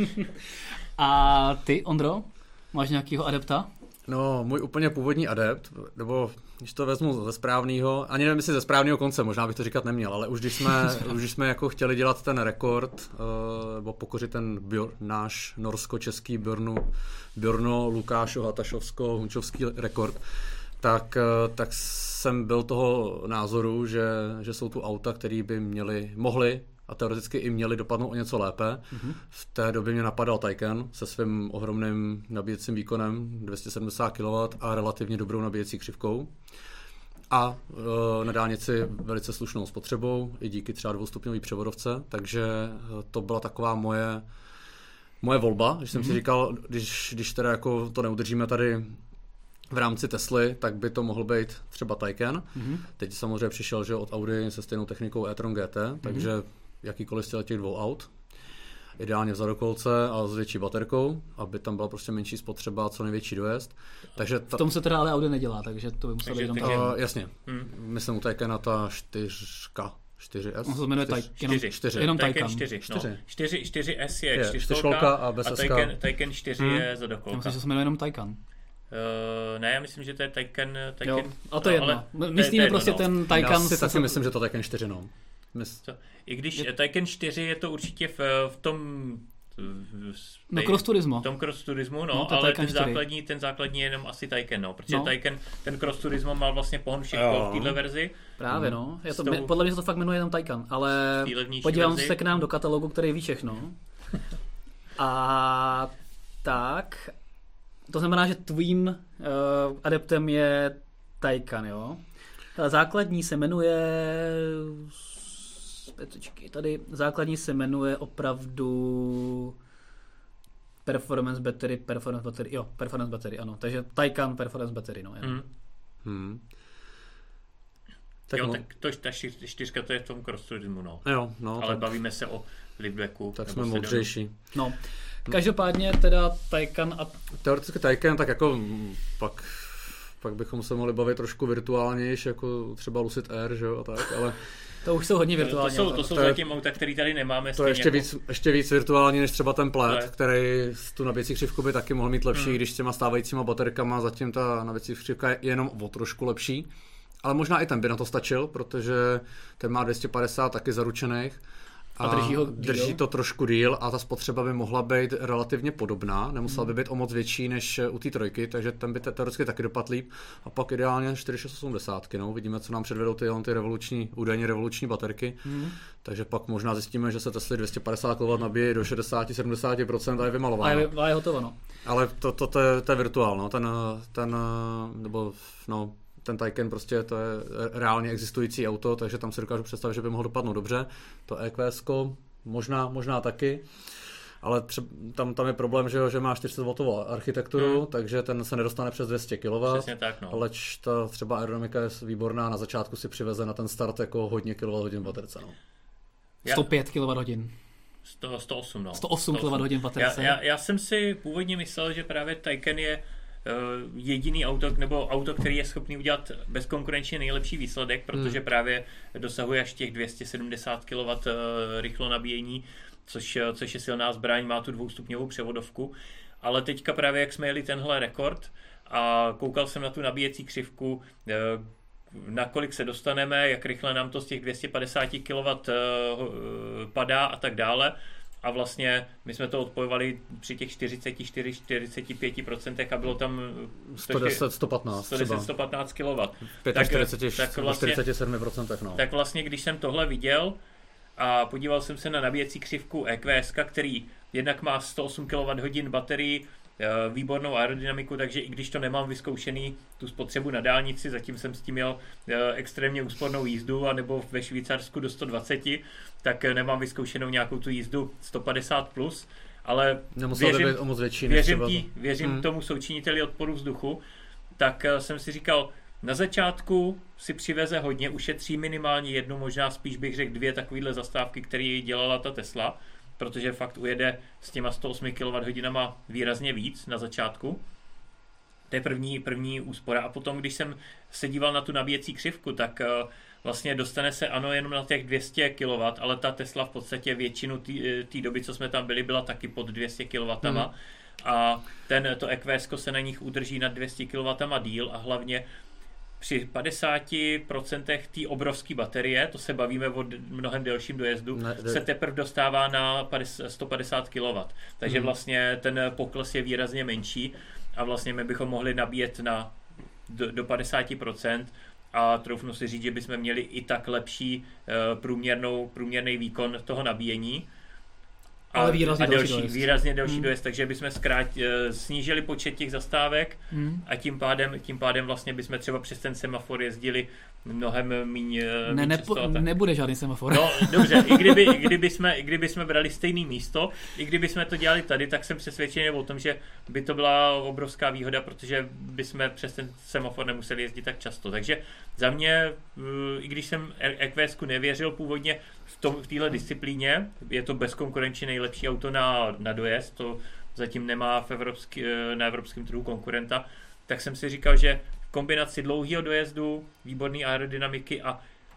A ty, Ondro, máš nějakýho adepta? No, můj úplně původní adept, nebo když to vezmu ze správného, ani nevím, jestli ze správného konce, možná bych to říkat neměl, ale už když jsme, už když jsme jako chtěli dělat ten rekord, uh, nebo pokořit ten Bjor, náš norsko-český Bjornu, Bjorno, Lukášo, Hatašovsko, Hunčovský rekord, tak, uh, tak jsem byl toho názoru, že, že jsou tu auta, které by měly, mohly a teoreticky i měli dopadnout o něco lépe. Mm-hmm. V té době mě napadal Taycan se svým ohromným nabíjecím výkonem dvě stě sedmdesát kilowattů a relativně dobrou nabíjecí křivkou. A e, na dálnici velice slušnou spotřebou, i díky třeba dvoustupňový převodovce, takže to byla taková moje, moje volba, když jsem mm-hmm. si říkal, když, když teda jako to neudržíme tady v rámci Tesly, tak by to mohl být třeba Taycan. Mm-hmm. Teď samozřejmě přišel, že od Audi se stejnou technikou e-tron G T, mm-hmm. takže jakýkoliv z těch dvou aut. Ideálně v zadokolce a s větší baterkou, aby tam byla prostě menší spotřeba a co největší dojezd. Takže ta... V tom se teda ale Audi nedělá, takže to by muselo být jenom... Uh, jasně. Hmm. Myslím u Taycana ta čtyřka. čtyři S? On se jmenuje Taycan. čtyři. Jenom Taycan. čtyři. čtyři. čtyři S je, je čtyřkolka a bez a Taycan, Taycan čtyři hmm. je zadokolka. Já myslím, že se jmenuje jenom Taycan. Uh, ne, já myslím, že to je Taycan... Taycan jo, a to je no, jedno. Myslíme prostě no. ten Taycan... Já si taky myslím, že to Taycan čtyři, no. Co? I když je... Taycan čtyři je to určitě v, v tom... V, no Cross Turismo. V tom Cross Turismo, no, no ale ten základní, ten základní je jenom asi Taycan, no, protože no. Taycan, ten Cross Turismo mal vlastně pohon všech kol v této verzi. Právě, no. Je to, tou... Podle mě se to fakt jmenuje jenom Taycan, ale podívám se k nám do katalogu, který ví všechno. A tak... To znamená, že tvým uh, adeptem je Taycan, jo? Základní se jmenuje... Pětečky, tady základní se jmenuje opravdu Performance Battery, Performance Battery, jo, Performance Battery, ano. Takže Taycan Performance Battery, no. Hmm. Hmm. Tak jo, no. tak to, ta čtyřka to je v tom Cross Turismu, no. Jo, no. Ale tak... bavíme se o Libbacku. Tak jsme modřejší. No. Každopádně teda Taycan a... Teoreticky Taycan, tak jako pak, pak bychom se mohli bavit trošku virtuálnější, jako třeba Lucid Air, že jo, a tak, ale... To už jsou hodně virtuální. To jsou, to jsou to zatím auta, které tady nemáme. To je ještě, jako... víc, ještě víc virtuální než třeba ten Plaid, který tu nabíjecí křivku by taky mohl mít lepší, hmm. když s těma stávajícíma baterkama zatím ta nabíjecí křivka je jenom o trošku lepší. Ale možná i ten by na to stačil, protože ten má dvě stě padesát taky zaručených. A, a drží, ho drží to trošku díl a ta spotřeba by mohla být relativně podobná, nemusela by být o moc větší než u té trojky, takže ten by teoreticky taky dopadl líp. A pak ideálně čtyři šest osmdesát, no, vidíme, co nám předvedou ty, ty revoluční, údajně revoluční baterky, hmm. takže pak možná zjistíme, že se Tesla dvě stě padesát kilowattů nabíjí do šedesát až sedmdesát procent a je vymalováno. A je, a je hotovo, no. Ale to, to, to, je, to je virtuál, no, ten, ten, nebo, no, ten Taycan prostě to je reálně existující auto, takže tam si dokážu představit, že by mohl dopadnout dobře. To E Q S ko možná, možná taky, ale třeba, tam, tam je problém, že, že má čtyři sta wattovou architekturu, hmm. takže ten se nedostane přes dvě stě kilowattů. Přesně tak, no. Ale ta třeba aerodynamika je výborná, na začátku si přiveze na ten start jako hodně kilowatthodin baterce. No. sto pět kilowatthodin. sto, sto osm, no. sto osm kilowatthodin baterce. Já, já, já jsem si původně myslel, že právě Taycan je Uh, jediný auto, nebo auto, který je schopný udělat bezkonkurenčně nejlepší výsledek, protože hmm. právě dosahuje až těch dvě stě sedmdesát kilowattů uh, rychlo nabíjení, což, což je silná zbraň, má tu dvoustupňovou převodovku. Ale teďka právě, jak jsme jeli tenhle rekord a koukal jsem na tu nabíjecí křivku, uh, nakolik se dostaneme, jak rychle nám to z těch dvě stě padesát kilowattů uh, padá a tak dále. A vlastně my jsme to odpojovali při těch čtyřicet čtyři čtyřicet pět procent a bylo tam sto deset sto patnáct sto deset sto patnáct kilowattů. čtyřicet pět čtyřicet sedm procent. No. Tak vlastně, když jsem tohle viděl a podíval jsem se na nabíjecí křivku E Q S, který jednak má sto osm kilowatthodin baterii, výbornou aerodynamiku, takže i když to nemám vyzkoušený tu spotřebu na dálnici, zatím jsem s tím měl extrémně úspornou jízdu, anebo ve Švýcarsku do sto dvacet, tak nemám vyzkoušenou nějakou tu jízdu sto padesát plus, ale věřím, být o moc větší, věřím, tý, věřím hmm. tomu součiniteli odporu vzduchu, tak jsem si říkal, na začátku si přiveze hodně, ušetří minimálně jednu, možná spíš bych řekl dvě takovýhle zastávky, které dělala ta Tesla, protože fakt ujede s těma sto osm kilowatthodinama výrazně víc na začátku. To je první, první úspora. A potom, když jsem se díval na tu nabíjecí křivku, tak uh, vlastně dostane se ano jenom na těch dvě stě kilowattů, ale ta Tesla v podstatě většinu té doby, co jsme tam byli, byla taky pod dvě stě kilowattů. Hmm. A ten, to E Q S se na nich udrží na dvě stě kilowattů díl a hlavně při padesáti procentech té obrovské baterie, to se bavíme o mnohem delším dojezdu, ne, ne. se teprve dostává na sto padesát kilowattů. Takže hmm. vlastně ten pokles je výrazně menší a vlastně my bychom mohli nabíjet na, do, do padesát procent a troufnu si říct, že bychom měli i tak lepší uh, průměrnou, průměrný výkon toho nabíjení. A, ale výrazně a delší, delší dojezd. výrazně delší hmm. dojezd, takže bychom zkrát, snížili počet těch zastávek hmm. a tím pádem, tím pádem vlastně bychom třeba přes ten semafor jezdili mnohem míň. Ne, nepo, nebude žádný semafor. No dobře, i kdyby, i kdyby, jsme, i kdyby jsme brali stejné místo, i kdyby jsme to dělali tady, tak jsem přesvědčený o tom, že by to byla obrovská výhoda, protože bychom přes ten semafor nemuseli jezdit tak často. Takže za mě, i když jsem E Q S ku nevěřil původně, v, tom, v téhle disciplíně je to bezkonkurenčně nejlepší auto na, na dojezd, to zatím nemá v evropský, na evropském trhu konkurenta, tak jsem si říkal, že v kombinaci dlouhého dojezdu, výborné aerodynamiky a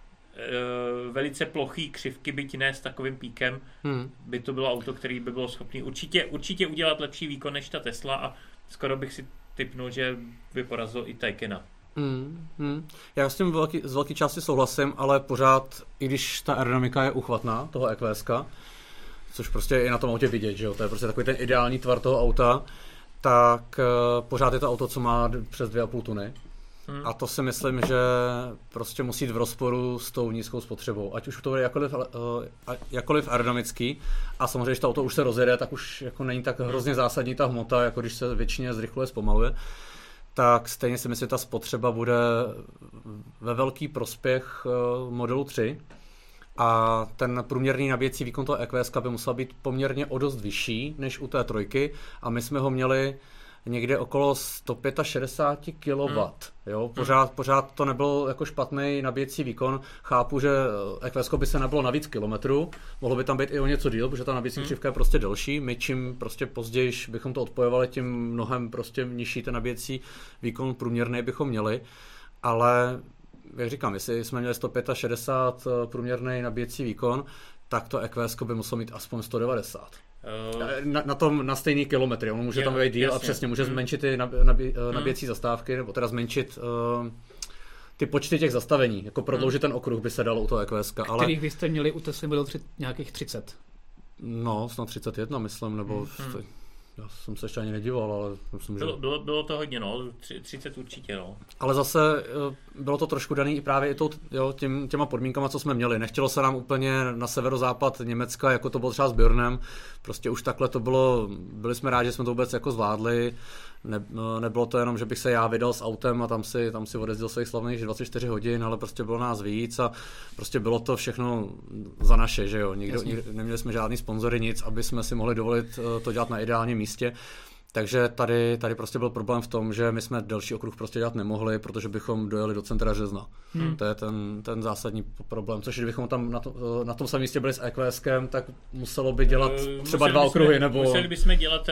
e, velice plochý křivky, byť ne s takovým píkem, hmm. by to bylo auto, který by bylo schopný určitě, určitě udělat lepší výkon než ta Tesla a skoro bych si tipnul, že by porazil i Taycana. Hmm, hmm. Já s tím velký, z velké části souhlasím, ale pořád, i když ta aerodynamika je uchvatná, toho E Q S ka, což prostě je na tom autě vidět, že jo, to je prostě takový ten ideální tvar toho auta, tak uh, pořád je to auto, co má přes dvě a půl tuny. Hmm. A to si myslím, že prostě musí jít v rozporu s tou nízkou spotřebou. Ať už to bude jakkoliv, uh, jakkoliv aerodynamický a samozřejmě, když to auto už se rozjede, tak už jako není tak hrozně zásadní ta hmota, jako když se většině zrychluje, zpomaluje. Tak stejně si myslím, že ta spotřeba bude ve velký prospěch uh, modelu tři. A ten průměrný nabíjecí výkon toho E Q S ka by musel být poměrně o dost vyšší než u té trojky a my jsme ho měli někde okolo sto šedesát pět kilowattů. Jo? Pořád, pořád to nebyl jako špatný nabíjecí výkon. Chápu, že E Q S ko by se nabilo na víc kilometrů, mohlo by tam být i o něco díl, protože ta nabíjecí křivka je prostě delší. My čím prostě později bychom to odpojovali, tím mnohem prostě nižší ten nabíjecí výkon průměrný bychom měli. Ale jak říkám, jestli jsme měli sto šedesát pět průměrný nabíjecí výkon, tak to E Q S ko by muselo mít aspoň sto devadesát. Uh, na, na tom na stejný kilometry, on může je, tam být díl jasně. A přesně může zmenšit ty nabí, nabí, hmm. nabíjecí zastávky, nebo teda zmenšit uh, ty počty těch zastavení, jako prodloužit hmm. ten okruh by se dalo u toho E Q S ka. Ale... Kterých vy jste měli u Tesly Model tři nějakých třicet? No, snad třicet jedna, myslím, nebo... Hmm. Já jsem se ještě ani nedíval, ale myslím, bylo, že... Bylo, bylo to hodně, no, třicet určitě, no. Ale zase bylo to trošku daný i právě i tou, jo, tím, těma podmínkama, co jsme měli. Nechtělo se nám úplně na severozápad Německa, jako to bylo třeba s Björnem. Prostě už takhle to bylo, byli jsme rádi, že jsme to vůbec jako zvládli. Ne, nebylo to jenom, že bych se já vydal s autem a tam si, tam si odjezdil svých slavných dvacet čtyři hodin, ale prostě bylo nás víc a prostě bylo to všechno za naše, že jo. Nikdo, nikdo, neměli jsme žádný sponzory, nic, aby jsme si mohli dovolit to dělat na ideálním místě. Takže tady, tady prostě byl problém v tom, že my jsme delší okruh prostě dělat nemohli, protože bychom dojeli do centra Řezna. Hmm. To je ten, ten zásadní problém. Což kdybychom tam na, to, na tom samém místě byli s E Q S kem, tak muselo by dělat třeba museli dva okruhy. Jsme, nebo... Museli bychom dělat uh,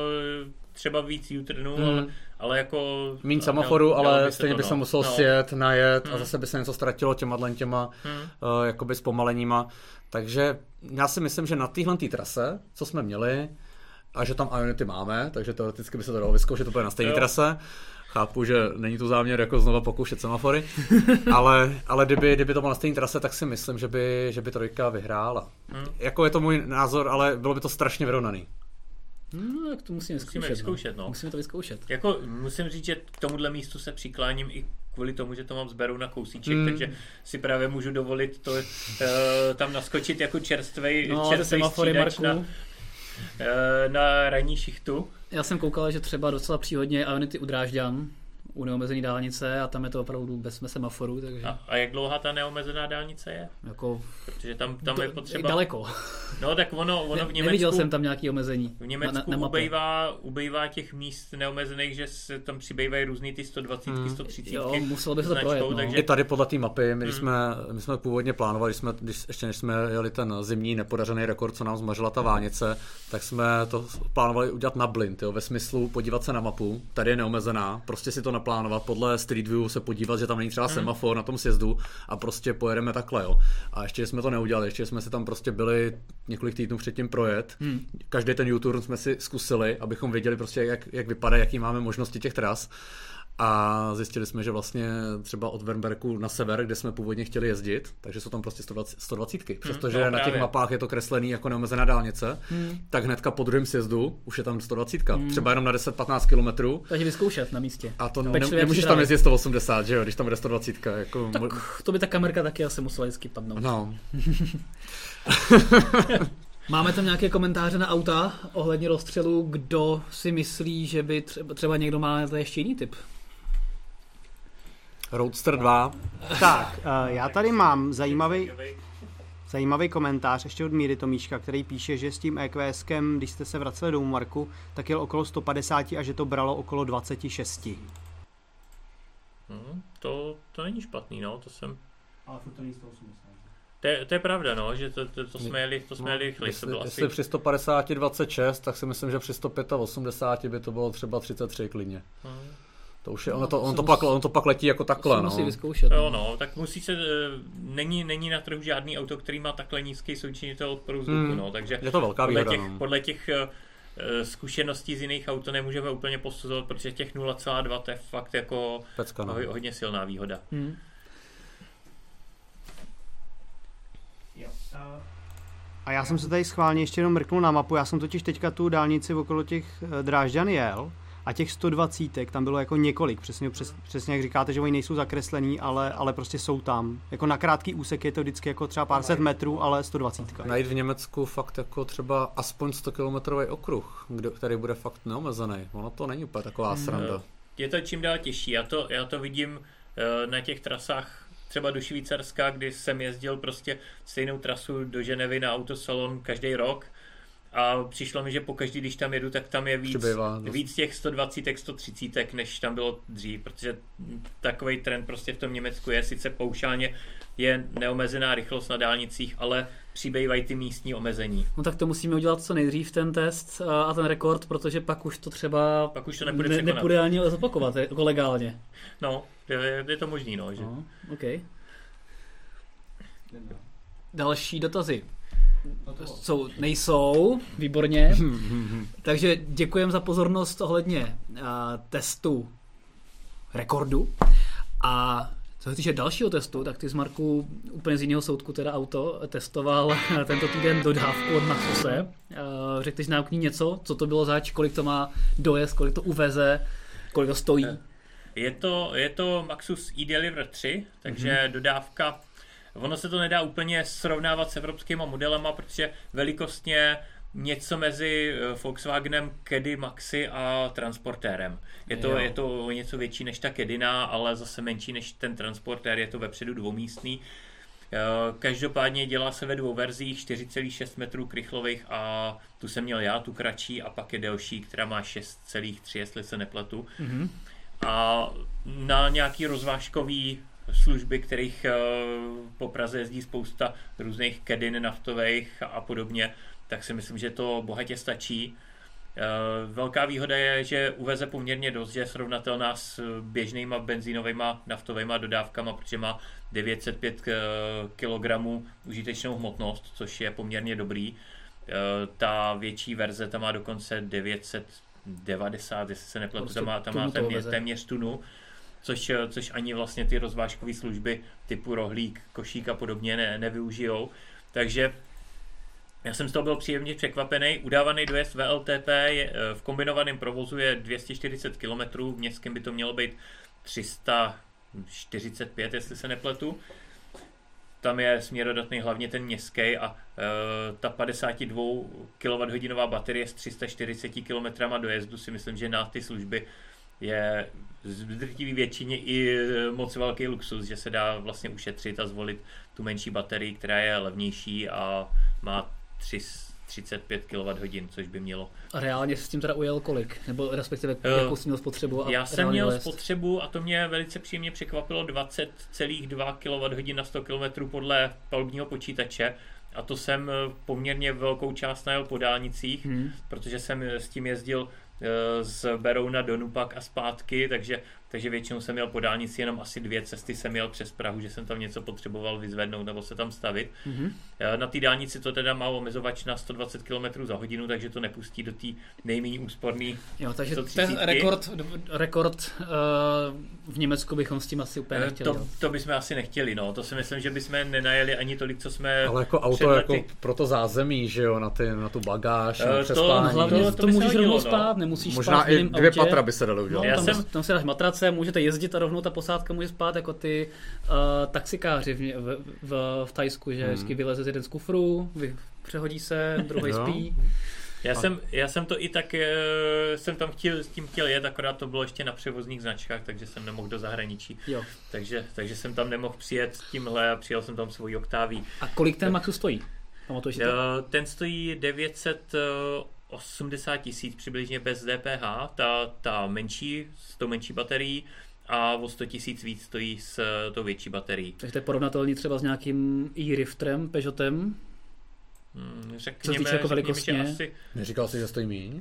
třeba víc U-turnů, hmm. ale, ale jako... Míň semaforu, měl, ale stejně by se no. musel no. sjet, najet hmm. a zase by se něco ztratilo těma těma hmm. uh, jakoby zpomaleníma. Takže já si myslím, že na téhle trase, co jsme měli, a že tam Ionity máme, takže teoreticky by se to dalo vyzkoušet úplně na stejné trase. Chápu, že není tu záměr jako znova pokoušet semafory, ale, ale kdyby, kdyby to bylo na stejné trase, tak si myslím, že by, že by trojka vyhrála. Hmm. Jako je to můj názor, ale bylo by to strašně vyrovnaný. No, tak to musíme, musíme vyzkoušet. No. Musíme to vyzkoušet. Jako, musím říct, že k tomuhle místu se přikláním i kvůli tomu, že to mám zberu na kousíček, mm. takže si právě můžu dovolit to uh, tam naskočit jako čerstvej, no, čerstvej střídač na, uh, na ranní šichtu. Já jsem koukal, že třeba docela příhodně Ionity u Drážďan u neomezené dálnice a tam je to opravdu bez semaforu. Takže... A, a jak dlouhá ta neomezená dálnice je? Jako... Protože tam, tam do, je potřeba... Daleko. No tak ono, ono v Německu... Neviděl jsem tam nějaké omezení. V Německu na, na ubejvá, ubejvá těch míst neomezených, že se tam přibývají různý ty sto dvacet, hmm. sto třicet. Jo, muselo by se to projet. No. Takže... I tady podle té mapy, my, hmm. jsme, my jsme původně plánovali, jsme, když, ještě než jsme jeli ten zimní nepodařený rekord, co nám zmařila ta Vánice, tak jsme to plánovali udělat na blind, jo, ve smyslu podívat se na mapu, tady je neomezená, prostě si to naplánovat, podle Street View se podívat, že tam není třeba semafor hmm. na tom sjezdu a prostě pojedeme takhle, jo. A ještě jsme to neudělali, ještě jsme si tam prostě byli několik týdnů předtím projet. Hmm. Každý ten U-turn jsme si zkusili, abychom věděli prostě, jak, jak vypadá, jaký máme možnosti těch tras. A zjistili jsme, že vlastně třeba od Wernberku na sever, kde jsme původně chtěli jezdit, takže jsou tam prostě sto dvacet, přestože hmm, no, na těch mapách je to kreslený jako neomezená dálnice, hmm. tak hnedka po druhém sjezdu už je tam sto dvacet, hmm. třeba jenom na deset patnáct kilometrů. Takže vyzkoušet na místě. A to ne, nemůžeš tam jezdit sto osmdesát, že jo, když tam jde sto dvacet. Jako... Tak to by ta kamerka taky asi musela vždycky padnout. No. Máme tam nějaké komentáře na auta ohledně rozstřelu, kdo si myslí, že by třeba, třeba někdo má ještě jiný typ? Roadster dva. Tak, já tady mám zajímavý, zajímavý komentář ještě od Míry Tomíška, který píše, že s tím EQSkem, když jste se vraceli do Marku, tak jel okolo sto padesát a že to bralo okolo dvacet šest. Hmm, to, to není špatný, no, to jsem... Ale furt to není sto osmdesát. To je, to je pravda, no, že to, to, to jsme jeli, to jsme jeli rychle. Jestli, jestli asi... při sto padesát dvacet šest, tak si myslím, že při sto osmdesát pět by to bylo třeba třicet tři klidně. Hmm. To už je, ono to, on to, pak, on to pak letí jako takhle, no. Musí vyzkoušet. Jo, no, tak musí se, není, není na trhu žádný auto, který má takhle nízký součinitel odporu vzduchu, hmm. no, takže je to velká podle výhoda, těch, no. podle těch uh, zkušeností z jiných aut to nemůžeme úplně posuzovat, protože těch nula celá dva to je fakt jako Pecka, no. hodně silná výhoda. Hmm. A já jsem se tady schválně ještě jenom mrknul na mapu, já jsem totiž teďka tu dálnici okolo těch Drážďan jel a těch sto dvacet tam bylo jako několik, přesně, přes, přesně jak říkáte, že oni nejsou zakreslený, ale, ale prostě jsou tam. Jako na krátký úsek je to vždycky jako třeba pár set metrů, ale sto dvacet. Najít v Německu fakt jako třeba aspoň sto kilometrový okruh, který bude fakt neomezený. Ono to není úplně taková sranda. Je to čím dál těžší, já to, já to vidím na těch trasách třeba do Švýcarska, kdy jsem jezdil prostě stejnou trasu do Ženevy na autosalon každý rok a přišlo mi, že pokaždý, když tam jedu, tak tam je víc, víc těch sto dvacet, sto třicet, než tam bylo dřív, protože takový trend prostě v tom Německu je, sice paušálně je neomezená rychlost na dálnicích, ale přibývají ty místní omezení. No tak to musíme udělat co nejdřív ten test a ten rekord, protože pak už to třeba pak už to nebude, ne, nepůjde ani zopakovat jako legálně. No, je, je to možný, no. Že? No, okay. Další dotazy. Jsou, nejsou, výborně. Takže děkujeme za pozornost ohledně uh, testu rekordu. A co se týče dalšího testu, tak ty z Marku úplně z jiného soudku teda auto testoval tento týden dodávku od Maxuse. Uh, řekneš nám k ní něco, co to bylo zač, kolik to má dojezd, kolik to uveze, kolik to stojí? Je to, je to Maxus eDeliver tři, takže mm-hmm. dodávka. Ono se to nedá úplně srovnávat s evropskými modelama, protože velikostně něco mezi Volkswagenem Caddy Maxi a Transportérem. Je to, je to něco větší než ta Caddina, ale zase menší než ten Transportér, je to vepředu dvoumístný. Každopádně dělá se ve dvou verzích, čtyři celá šest metrů krychlových a tu jsem měl já, tu kratší, a pak je delší, která má šest celá tři, jestli se nepletu. Mm-hmm. A na nějaký rozvážkový služby, kterých po Praze jezdí spousta různých Caddin naftových a podobně, tak si myslím, že to bohatě stačí. Velká výhoda je, že uveze poměrně dost, že je srovnatelná s běžnýma benzínovýma naftovýma dodávkama, protože má devět set pět kilogramů užitečnou hmotnost, což je poměrně dobrý. Ta větší verze, ta má dokonce devět set devadesát, jestli se nepletu, tam má, tam má téměř, téměř tunu. Což, což ani vlastně ty rozvážkové služby typu rohlík, košík a podobně ne, nevyužijou. Takže já jsem z toho byl příjemně překvapený. Udávaný dojezd V L T P je, v kombinovaném provozu je dvě stě čtyřicet kilometrů, v městském by to mělo být tři sta čtyřicet pět, jestli se nepletu. Tam je směrodatný hlavně ten městský a e, ta padesát dva kilowatthodin baterie s tři sta čtyřicet kilometry dojezdu si myslím, že na ty služby je v drtivé většině i moc velký luxus, že se dá vlastně ušetřit a zvolit tu menší baterii, která je levnější a má třicet pět kilowatthodin, což by mělo. A reálně s tím teda ujel kolik? Nebo respektive jakou jsi měl spotřebu? A já jsem měl dojezd? spotřebu a to mě velice příjemně překvapilo dvacet celá dva kilowatthodin na sto kilometrů podle palubního počítače. A to jsem poměrně velkou část najel po dálnicích, hmm. protože jsem s tím jezdil z Berouna do Nupak a zpátky, takže, takže většinou jsem jel po dálnici, jenom asi dvě cesty jsem jel přes Prahu, že jsem tam něco potřeboval vyzvednout nebo se tam stavit. Mm-hmm. Na té dálnici to teda má omezovač na sto dvacet kilometrů za hodinu, takže to nepustí do té nejméně úsporný. Jo, takže ten rekord, rekord uh, v Německu bychom s tím asi úplně nechtěli. To, to bychom asi nechtěli, no. To si myslím, že bychom nenajeli ani tolik, co jsme. Ale jako auto jako pro to zázemí, že jo, na, ty, na tu bagáž, uh, na přespání. Hlavně to, to, to můžeš rovnou spát, no. Nemusíš možná spát i dvě autě. Patra by se dalo udělat. No, tam, jsem... tam si dáš matrace, můžete jezdit a rovnou ta posádka může spát jako ty uh, taxikáři v, v, v, v Thajsku, že hmm. vždycky vyleze z jeden z kufrů, vy, přehodí se, druhý spí. Já jsem, já jsem to i tak, jsem tam chtěl, s tím chtěl jet, akorát to bylo ještě na převozních značkách, takže jsem nemohl do zahraničí. Jo. Takže, takže jsem tam nemohl přijet s tímhle a přijel jsem tam svojí Octavii. A kolik ten Maxus stojí? Pamatuješ to? Ten stojí devět set osmdesát tisíc přibližně bez D P H, ta, ta menší, s tou menší baterií, a o sto tisíc víc stojí s tou větší baterií. Takže to je porovnatelný třeba s nějakým e-Riftrem, Peugeotem? Hmm, řekněme, jako řekněme, že asi... Neříkal jsi, že stojí míň?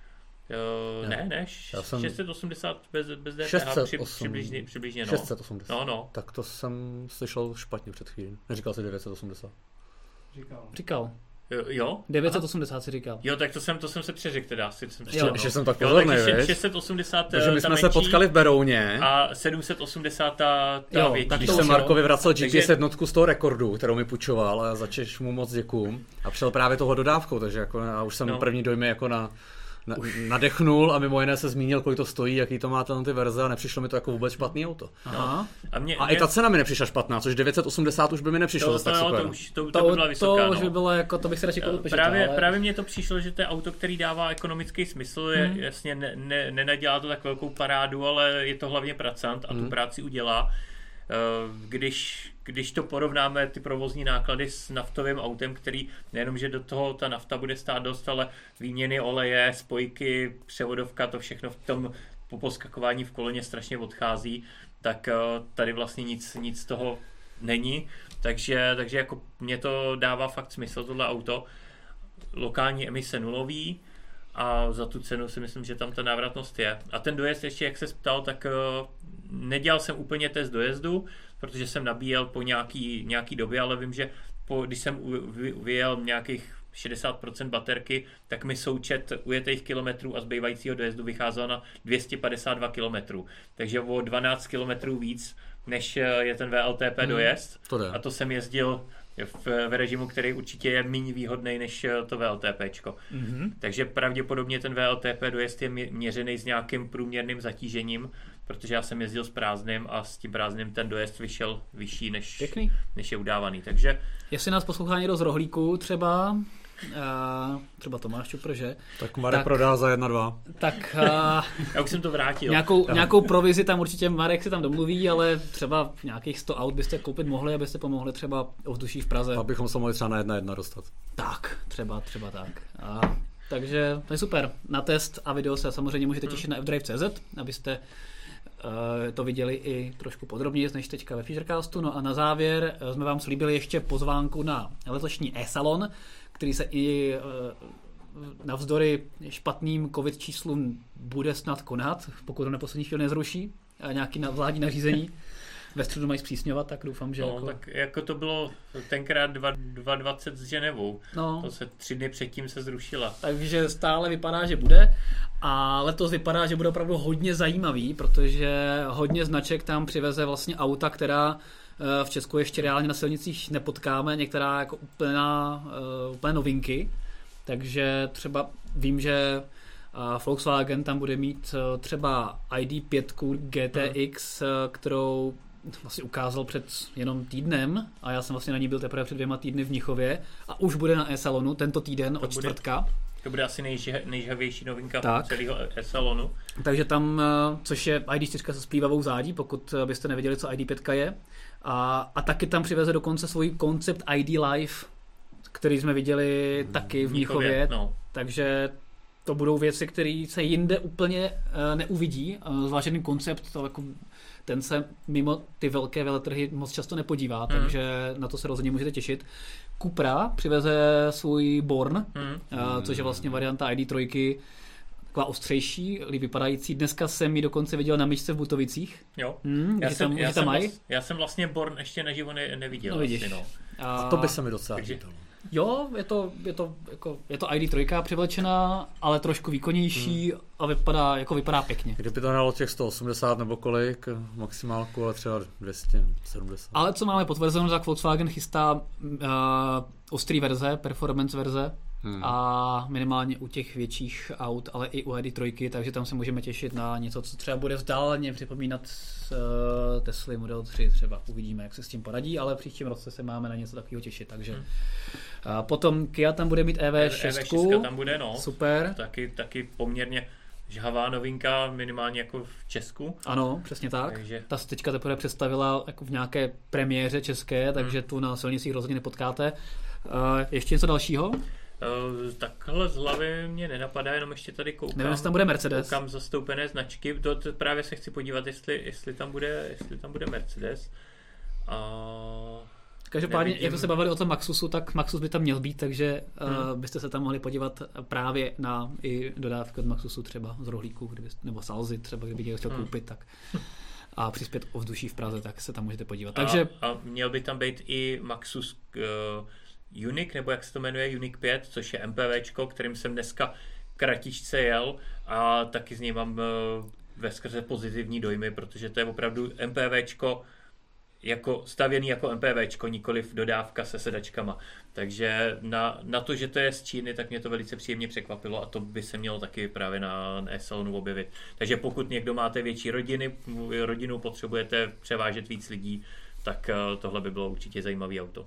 Jo, ne, ne, jsem... šest set osmdesát bez, bez D P H, šest set osm... při, přibližně, přibližně, no. šest set osmdesát. No, no. Tak to jsem slyšel špatně před chvílí. Neříkal jsi devět set osmdesát? Říkal. Říkal. Jo? devět set osmdesát si říkal. Jo, tak to jsem, to jsem se přeřekl teda. Jsem jo, no. Že jsem tak pozorný, víš? šest set osmdesát protože my jsme se potkali v Berouně. A sedm set osmdesát ta, ta jo, větší. Tak když jsem Markovi vracel G P S jednotku z toho rekordu, kterou mi půjčoval, a začeš mu moc děkuju. A přijel právě toho dodávkou, takže jako já už jsem no. první dojmy jako na... Na, nadechnul a mimo jiné se zmínil, kolik to stojí, jaký to má ten ty verze, a nepřišlo mi to jako vůbec špatný auto. Aha. A, mě, a mě... i ta cena mi nepřišla špatná, což devět set osmdesát už by mi nepřišlo to, tak to, super. To, už, to, to, to by byla vysoká. To už no. by bylo jako, to bych si radši koupil. Právě, ale... právě mně to přišlo, že to je auto, který dává ekonomický smysl, je, hmm. jasně ne, ne, nenadělá to tak velkou parádu, ale je to hlavně pracant a hmm. tu práci udělá. Když, když to porovnáme ty provozní náklady s naftovým autem, který nejenom, že do toho ta nafta bude stát dost, ale výměny oleje, spojky, převodovka, to všechno v tom po poskakování v koloně strašně odchází, tak tady vlastně nic, nic z toho není. Takže, takže jako mě to dává fakt smysl, tohle auto. Lokální emise nulový a za tu cenu si myslím, že tam ta návratnost je. A ten dojezd ještě, jak se ptal, tak nedělal jsem úplně test dojezdu, protože jsem nabíjel po nějaký, nějaký době, ale vím, že po, když jsem vyjel nějakých šedesát procent baterky, tak mi součet ujetých kilometrů a zbývajícího dojezdu vycházel na dvě stě padesát dva kilometrů. Takže o dvanáct kilometrů víc, než je ten V L T P dojezd. Hmm, to a to jsem jezdil v, v režimu, který určitě je méně výhodný než to VLTPčko. Mm-hmm. Takže pravděpodobně ten V L T P dojezd je měřený s nějakým průměrným zatížením, protože já jsem jezdil s prázdným a s tím prázdným ten dojezd vyšel vyšší, než, než je udávaný. Takže... Jestli nás poslouchá někdo z rohlíku třeba, uh, třeba Tomáš Čupr, že? Tak Marek tak, prodá za jedna dva. Tak uh, já už jsem to vrátil. Nějakou, nějakou provizi tam určitě Marek si tam domluví, ale třeba nějakých sto aut byste koupit mohli, abyste pomohli třeba ovzduší v Praze. Abychom se mohli třeba na jedna jedna dostat. Tak, třeba, třeba tak. A, takže to je super. Na test a video se samozřejmě můžete těšit na f drive tečka cz, abyste uh, to viděli i trošku podrobněji než teďka ve Featurecastu. No a na závěr uh, jsme vám slíbili ještě pozvánku na letošní e-salon, který se i uh, navzdory špatným covid číslům bude snad konat, pokud to na poslední chvíli nezruší a nějaký vládní nařízení ve středu mají zpřísňovat, tak doufám, že... No, jako... tak jako to bylo tenkrát dva dvacet s Ženevou. No. To se tři dny předtím se zrušila. Takže stále vypadá, že bude. A letos vypadá, že bude opravdu hodně zajímavý, protože hodně značek tam přiveze vlastně auta, která v Česku ještě reálně na silnicích nepotkáme, některá jako úplná, úplné novinky. Takže třeba vím, že Volkswagen tam bude mít třeba I D pět G T X, kterou vlastně ukázal před jenom týdnem a já jsem vlastně na ní byl teprve před dvěma týdny v Mnichově a už bude na e-salonu tento týden od čtvrtka. To bude asi nejže, nejžhavější novinka tak. celého salonu. Takže tam, což je I D čtyři se splývavou zádí, pokud byste nevěděli, co I D pět je. A, a taky tam přiveze dokonce svůj koncept I D Live, který jsme viděli hmm. taky v Mnichově. No. Takže to budou věci, které se jinde úplně uh, neuvidí. Uh, zvláštní koncept, to jako, ten se mimo ty velké veletrhy moc často nepodívá, hmm. takže na to se rozhodně můžete těšit. Cupra přiveze svůj Born, hmm. uh, což je vlastně varianta I D tři, taková ostřejší, líp vypadající. Dneska jsem ji dokonce viděl na myšce v Butovicích. Jo. Hmm, já, jsem, tam, já, jsem vlast, já jsem vlastně Born ještě naživo ne, neviděl. No, vidíš. Asi, no. A, a to by se mi docela líbilo. Jo, je to, je to, jako, je to I D tři přivlečená, ale trošku výkonnější hmm. a vypadá, jako vypadá pěkně. Kdyby to dalo těch sto osmdesát nebo kolik, maximálku, ale třeba dvě stě sedmdesát. Ale co máme potvrzeno, tak Volkswagen chystá uh, ostrý verze, performance verze hmm. a minimálně u těch větších aut, ale i u I D tři, takže tam se můžeme těšit na něco, co třeba bude vzdáleně připomínat uh, Tesla Model tři třeba. Uvidíme, jak se s tím poradí, ale příštím roce se máme na něco takového těšit, takže hmm. uh, potom Kia tam bude mít E V šest. E V šest tam bude, no. Super. Taky, taky poměrně žhavá novinka, minimálně jako v Česku. Ano, přesně tak. Takže... Ta se teďka teprve představila jako v nějaké premiéře české, takže hmm. tu na silnicích rozhodně nepotkáte. Uh, ještě něco dalšího? Uh, takhle z hlavy mě nenapadá, jenom ještě tady koukám. Nevím, jestli tam bude Mercedes. Koukám zastoupené značky, to, to právě se chci podívat, jestli, jestli, tam, bude, jestli tam bude Mercedes. Uh, Každopádně, nevidím. Jak jsme se bavili o tom Maxusu, tak Maxus by tam měl být, takže hmm. uh, byste se tam mohli podívat právě na i dodávky od Maxusu třeba z rohlíku, kdyby, nebo salzy třeba, kdyby je chtěl hmm. koupit, tak a přispět ovzduší v Praze, tak se tam můžete podívat. A, takže... a měl by tam být i Maxus uh, Unique, nebo jak se to jmenuje, Unique pět, což je MPVčko, kterým jsem dneska kratičce jel a taky z něj mám uh, veskrze pozitivní dojmy, protože to je opravdu MPVčko, jako stavěný jako MPVčko, nikoliv dodávka se sedačkama. Takže na, na to, že to je z Číny, tak mě to velice příjemně překvapilo a to by se mělo taky právě na e-salonu objevit. Takže pokud někdo máte větší rodiny, rodinu, potřebujete převážet víc lidí, tak tohle by bylo určitě zajímavý auto.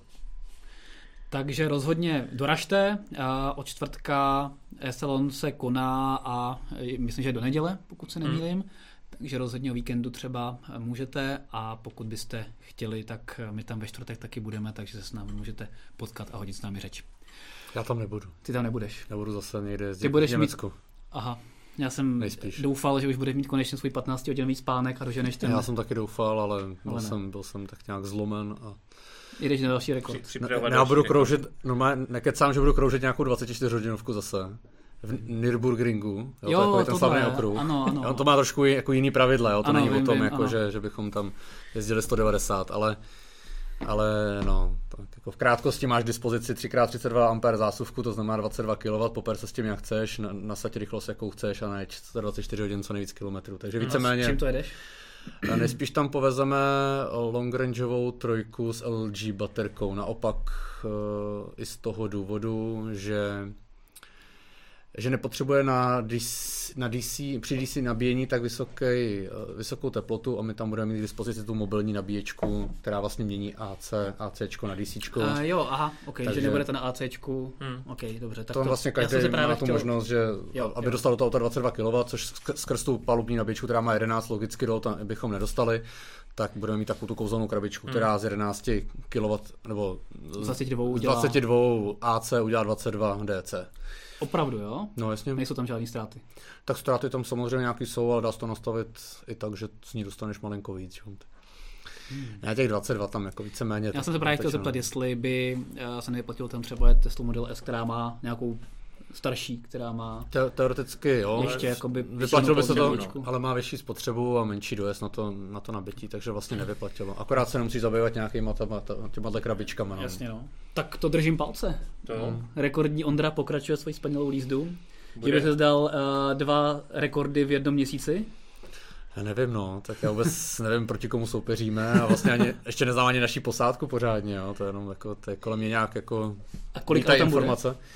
Takže rozhodně doražte, od čtvrtka e-salon se koná a myslím, že do neděle, pokud se nemýlím. Hmm. Takže rozhodně o víkendu třeba můžete a pokud byste chtěli, tak my tam ve čtvrtek taky budeme, takže se s námi můžete potkat a hodit s námi řeč. Já tam nebudu. Ty tam nebudeš. Já budu zase někde jezdit Ty budeš v Německu. Mít... Aha, já jsem Nejspíš. doufal, že už budeš mít konečně svůj patnáctihodinový spánek a doženeš ten... Já jsem taky doufal, ale byl, ale jsem, byl jsem tak nějak zlomen a... Jdeš na další rekord. Při, ne, ne, já budu kroužit, normálně nekecám, že budu kroužit nějakou dvacet čtyři hodinovku zase. V Nürburgringu, jo, jo, to je ten slavný okruh. Ano, ano. On to má trošku jako jiný pravidla, jo, to ano, není vím, o tom, vím, jako, že, že bychom tam jezdili sto devadesát, ale, ale no, tak jako v krátkosti máš k dispozici tři krát třicet dva ampér zásuvku, to znamená dvacet dva kilowattů, poper se s tím jak chceš, nasaď rychlost jakou chceš a nejeď dvacet čtyři hodin co nejvíc kilometrů, takže víceméně... S čím to jedeš? Nejspíš tam povezeme long rangeovou trojku s L G baterkou, naopak i z toho důvodu, že že nepotřebuje na D C, na D C, při D C nabíjení tak vysoký, vysokou teplotu a my tam budeme mít k dispozici tu mobilní nabíječku, která vlastně mění A C, ACčko na DCčko. Uh, jo, aha, ok, takže že nebudete na ACčku, hmm. ok, dobře. Tak to, to vlastně každý má tu chtěl... možnost, že jo, aby jo. dostal do toho auta dvacet dva kilowattů, což skrz tu palubní nabíječku, která má jedenáct, logicky do auta bychom nedostali, tak budeme mít takovou tu kouzelnou krabičku, která hmm. z jedenáct kilowattů nebo z dvacet dva, udělá... dvacet dva A C udělá dvacet dva D C. Opravdu, jo? No jasně. Nejsou tam žádný ztráty. Tak ztráty tam samozřejmě nějaký jsou, ale dá se to nastavit i tak, že s ní dostaneš malinko víc. Hmm. Já těch dvacet dva tam jako víceméně. Já jsem se právě chtěl zeptat, jestli by se nevyplatil ten třeba Tesla Model S, která má nějakou starší, která má... Te- teoreticky jo. Ještě jakoby vyplatilo by se to, no. Ale má vyšší spotřebu a menší dojezd na to, na to nabití, takže vlastně nevyplatilo. Akorát se nemusí zabývat nějakýma těma krabičkama. No. Jasně, no. Tak to držím palce. To. Hmm. Rekordní Ondra pokračuje svoji spanilou jízdu. Že by se zdal uh, dva rekordy v jednom měsíci. Já nevím, no, tak já vůbec nevím, proti komu soupeříme a vlastně ani, ještě neznám ani naší posádku pořádně, jo, to je jenom jako, to je kolem mě nějak jako... A kolik tam informace? Bude?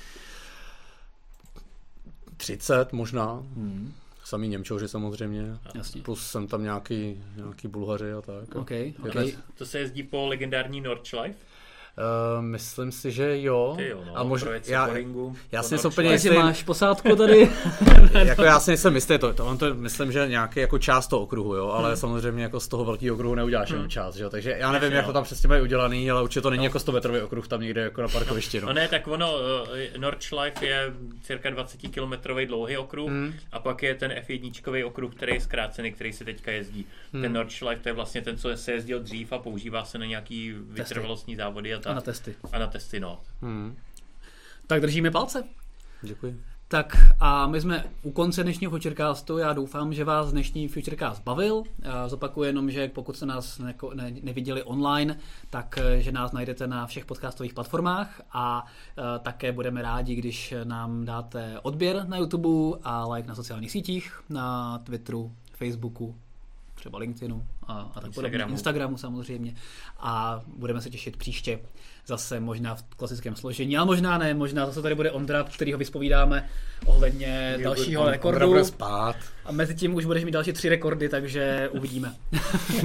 třicet možná, hmm. Samý Němčouři samozřejmě, jasně. Plus jsem tam nějaký, nějaký Bulhaři a tak. Okay, okay. To se jezdí po legendární Nordschleife? Uh, myslím si, že jo. Ty jo, no, a možná já, já si nejsem úplně jistý. máš posádku tady. Jako já si nejsem jistý, to, to, to myslím, že nějaký jako část toho okruhu, jo, ale hmm. samozřejmě jako z toho velkého okruhu neuděláš jenom hmm. část, jo, takže já nevím, jak to tam přesně mají udělaný, ale určitě to není no. jako sto metrový okruh tam někde jako na parkovišti. No, no ne, tak ono, uh, Nordschleife je cirka dvacet kilometrů dlouhý okruh hmm. a pak je ten F jedna okruh, který je zkrácený, který se teďka jezdí. Hmm. Ten Nordschleife to je vlastně ten, co se jezdil dřív a používá se na nějaký vytrvalostní závody a tak. A na testy. A na testy, no. Hmm. Tak držíme palce. Děkuji. Tak a my jsme u konce dnešního Futurecastu. Já doufám, že vás dnešní Futurecast bavil. Zopakuju jenom, že pokud jste nás neko, ne, neviděli online, tak že nás najdete na všech podcastových platformách a e, také budeme rádi, když nám dáte odběr na YouTube a like na sociálních sítích, na Twitteru, Facebooku, třeba LinkedInu a, a tak podobně. Instagramu samozřejmě. A budeme se těšit příště zase možná v klasickém složení, ale možná ne, možná zase tady bude Ondra, kterýho vyspovídáme ohledně Mě dalšího on, rekordu. Ondra bude spát. A mezi tím už budeš mít další tři rekordy, takže uvidíme.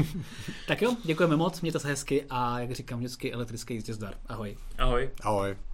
Tak jo, děkujeme moc, mějte se hezky a jak říkám vždycky, elektrický jízdě zdar. Ahoj. Ahoj. Ahoj.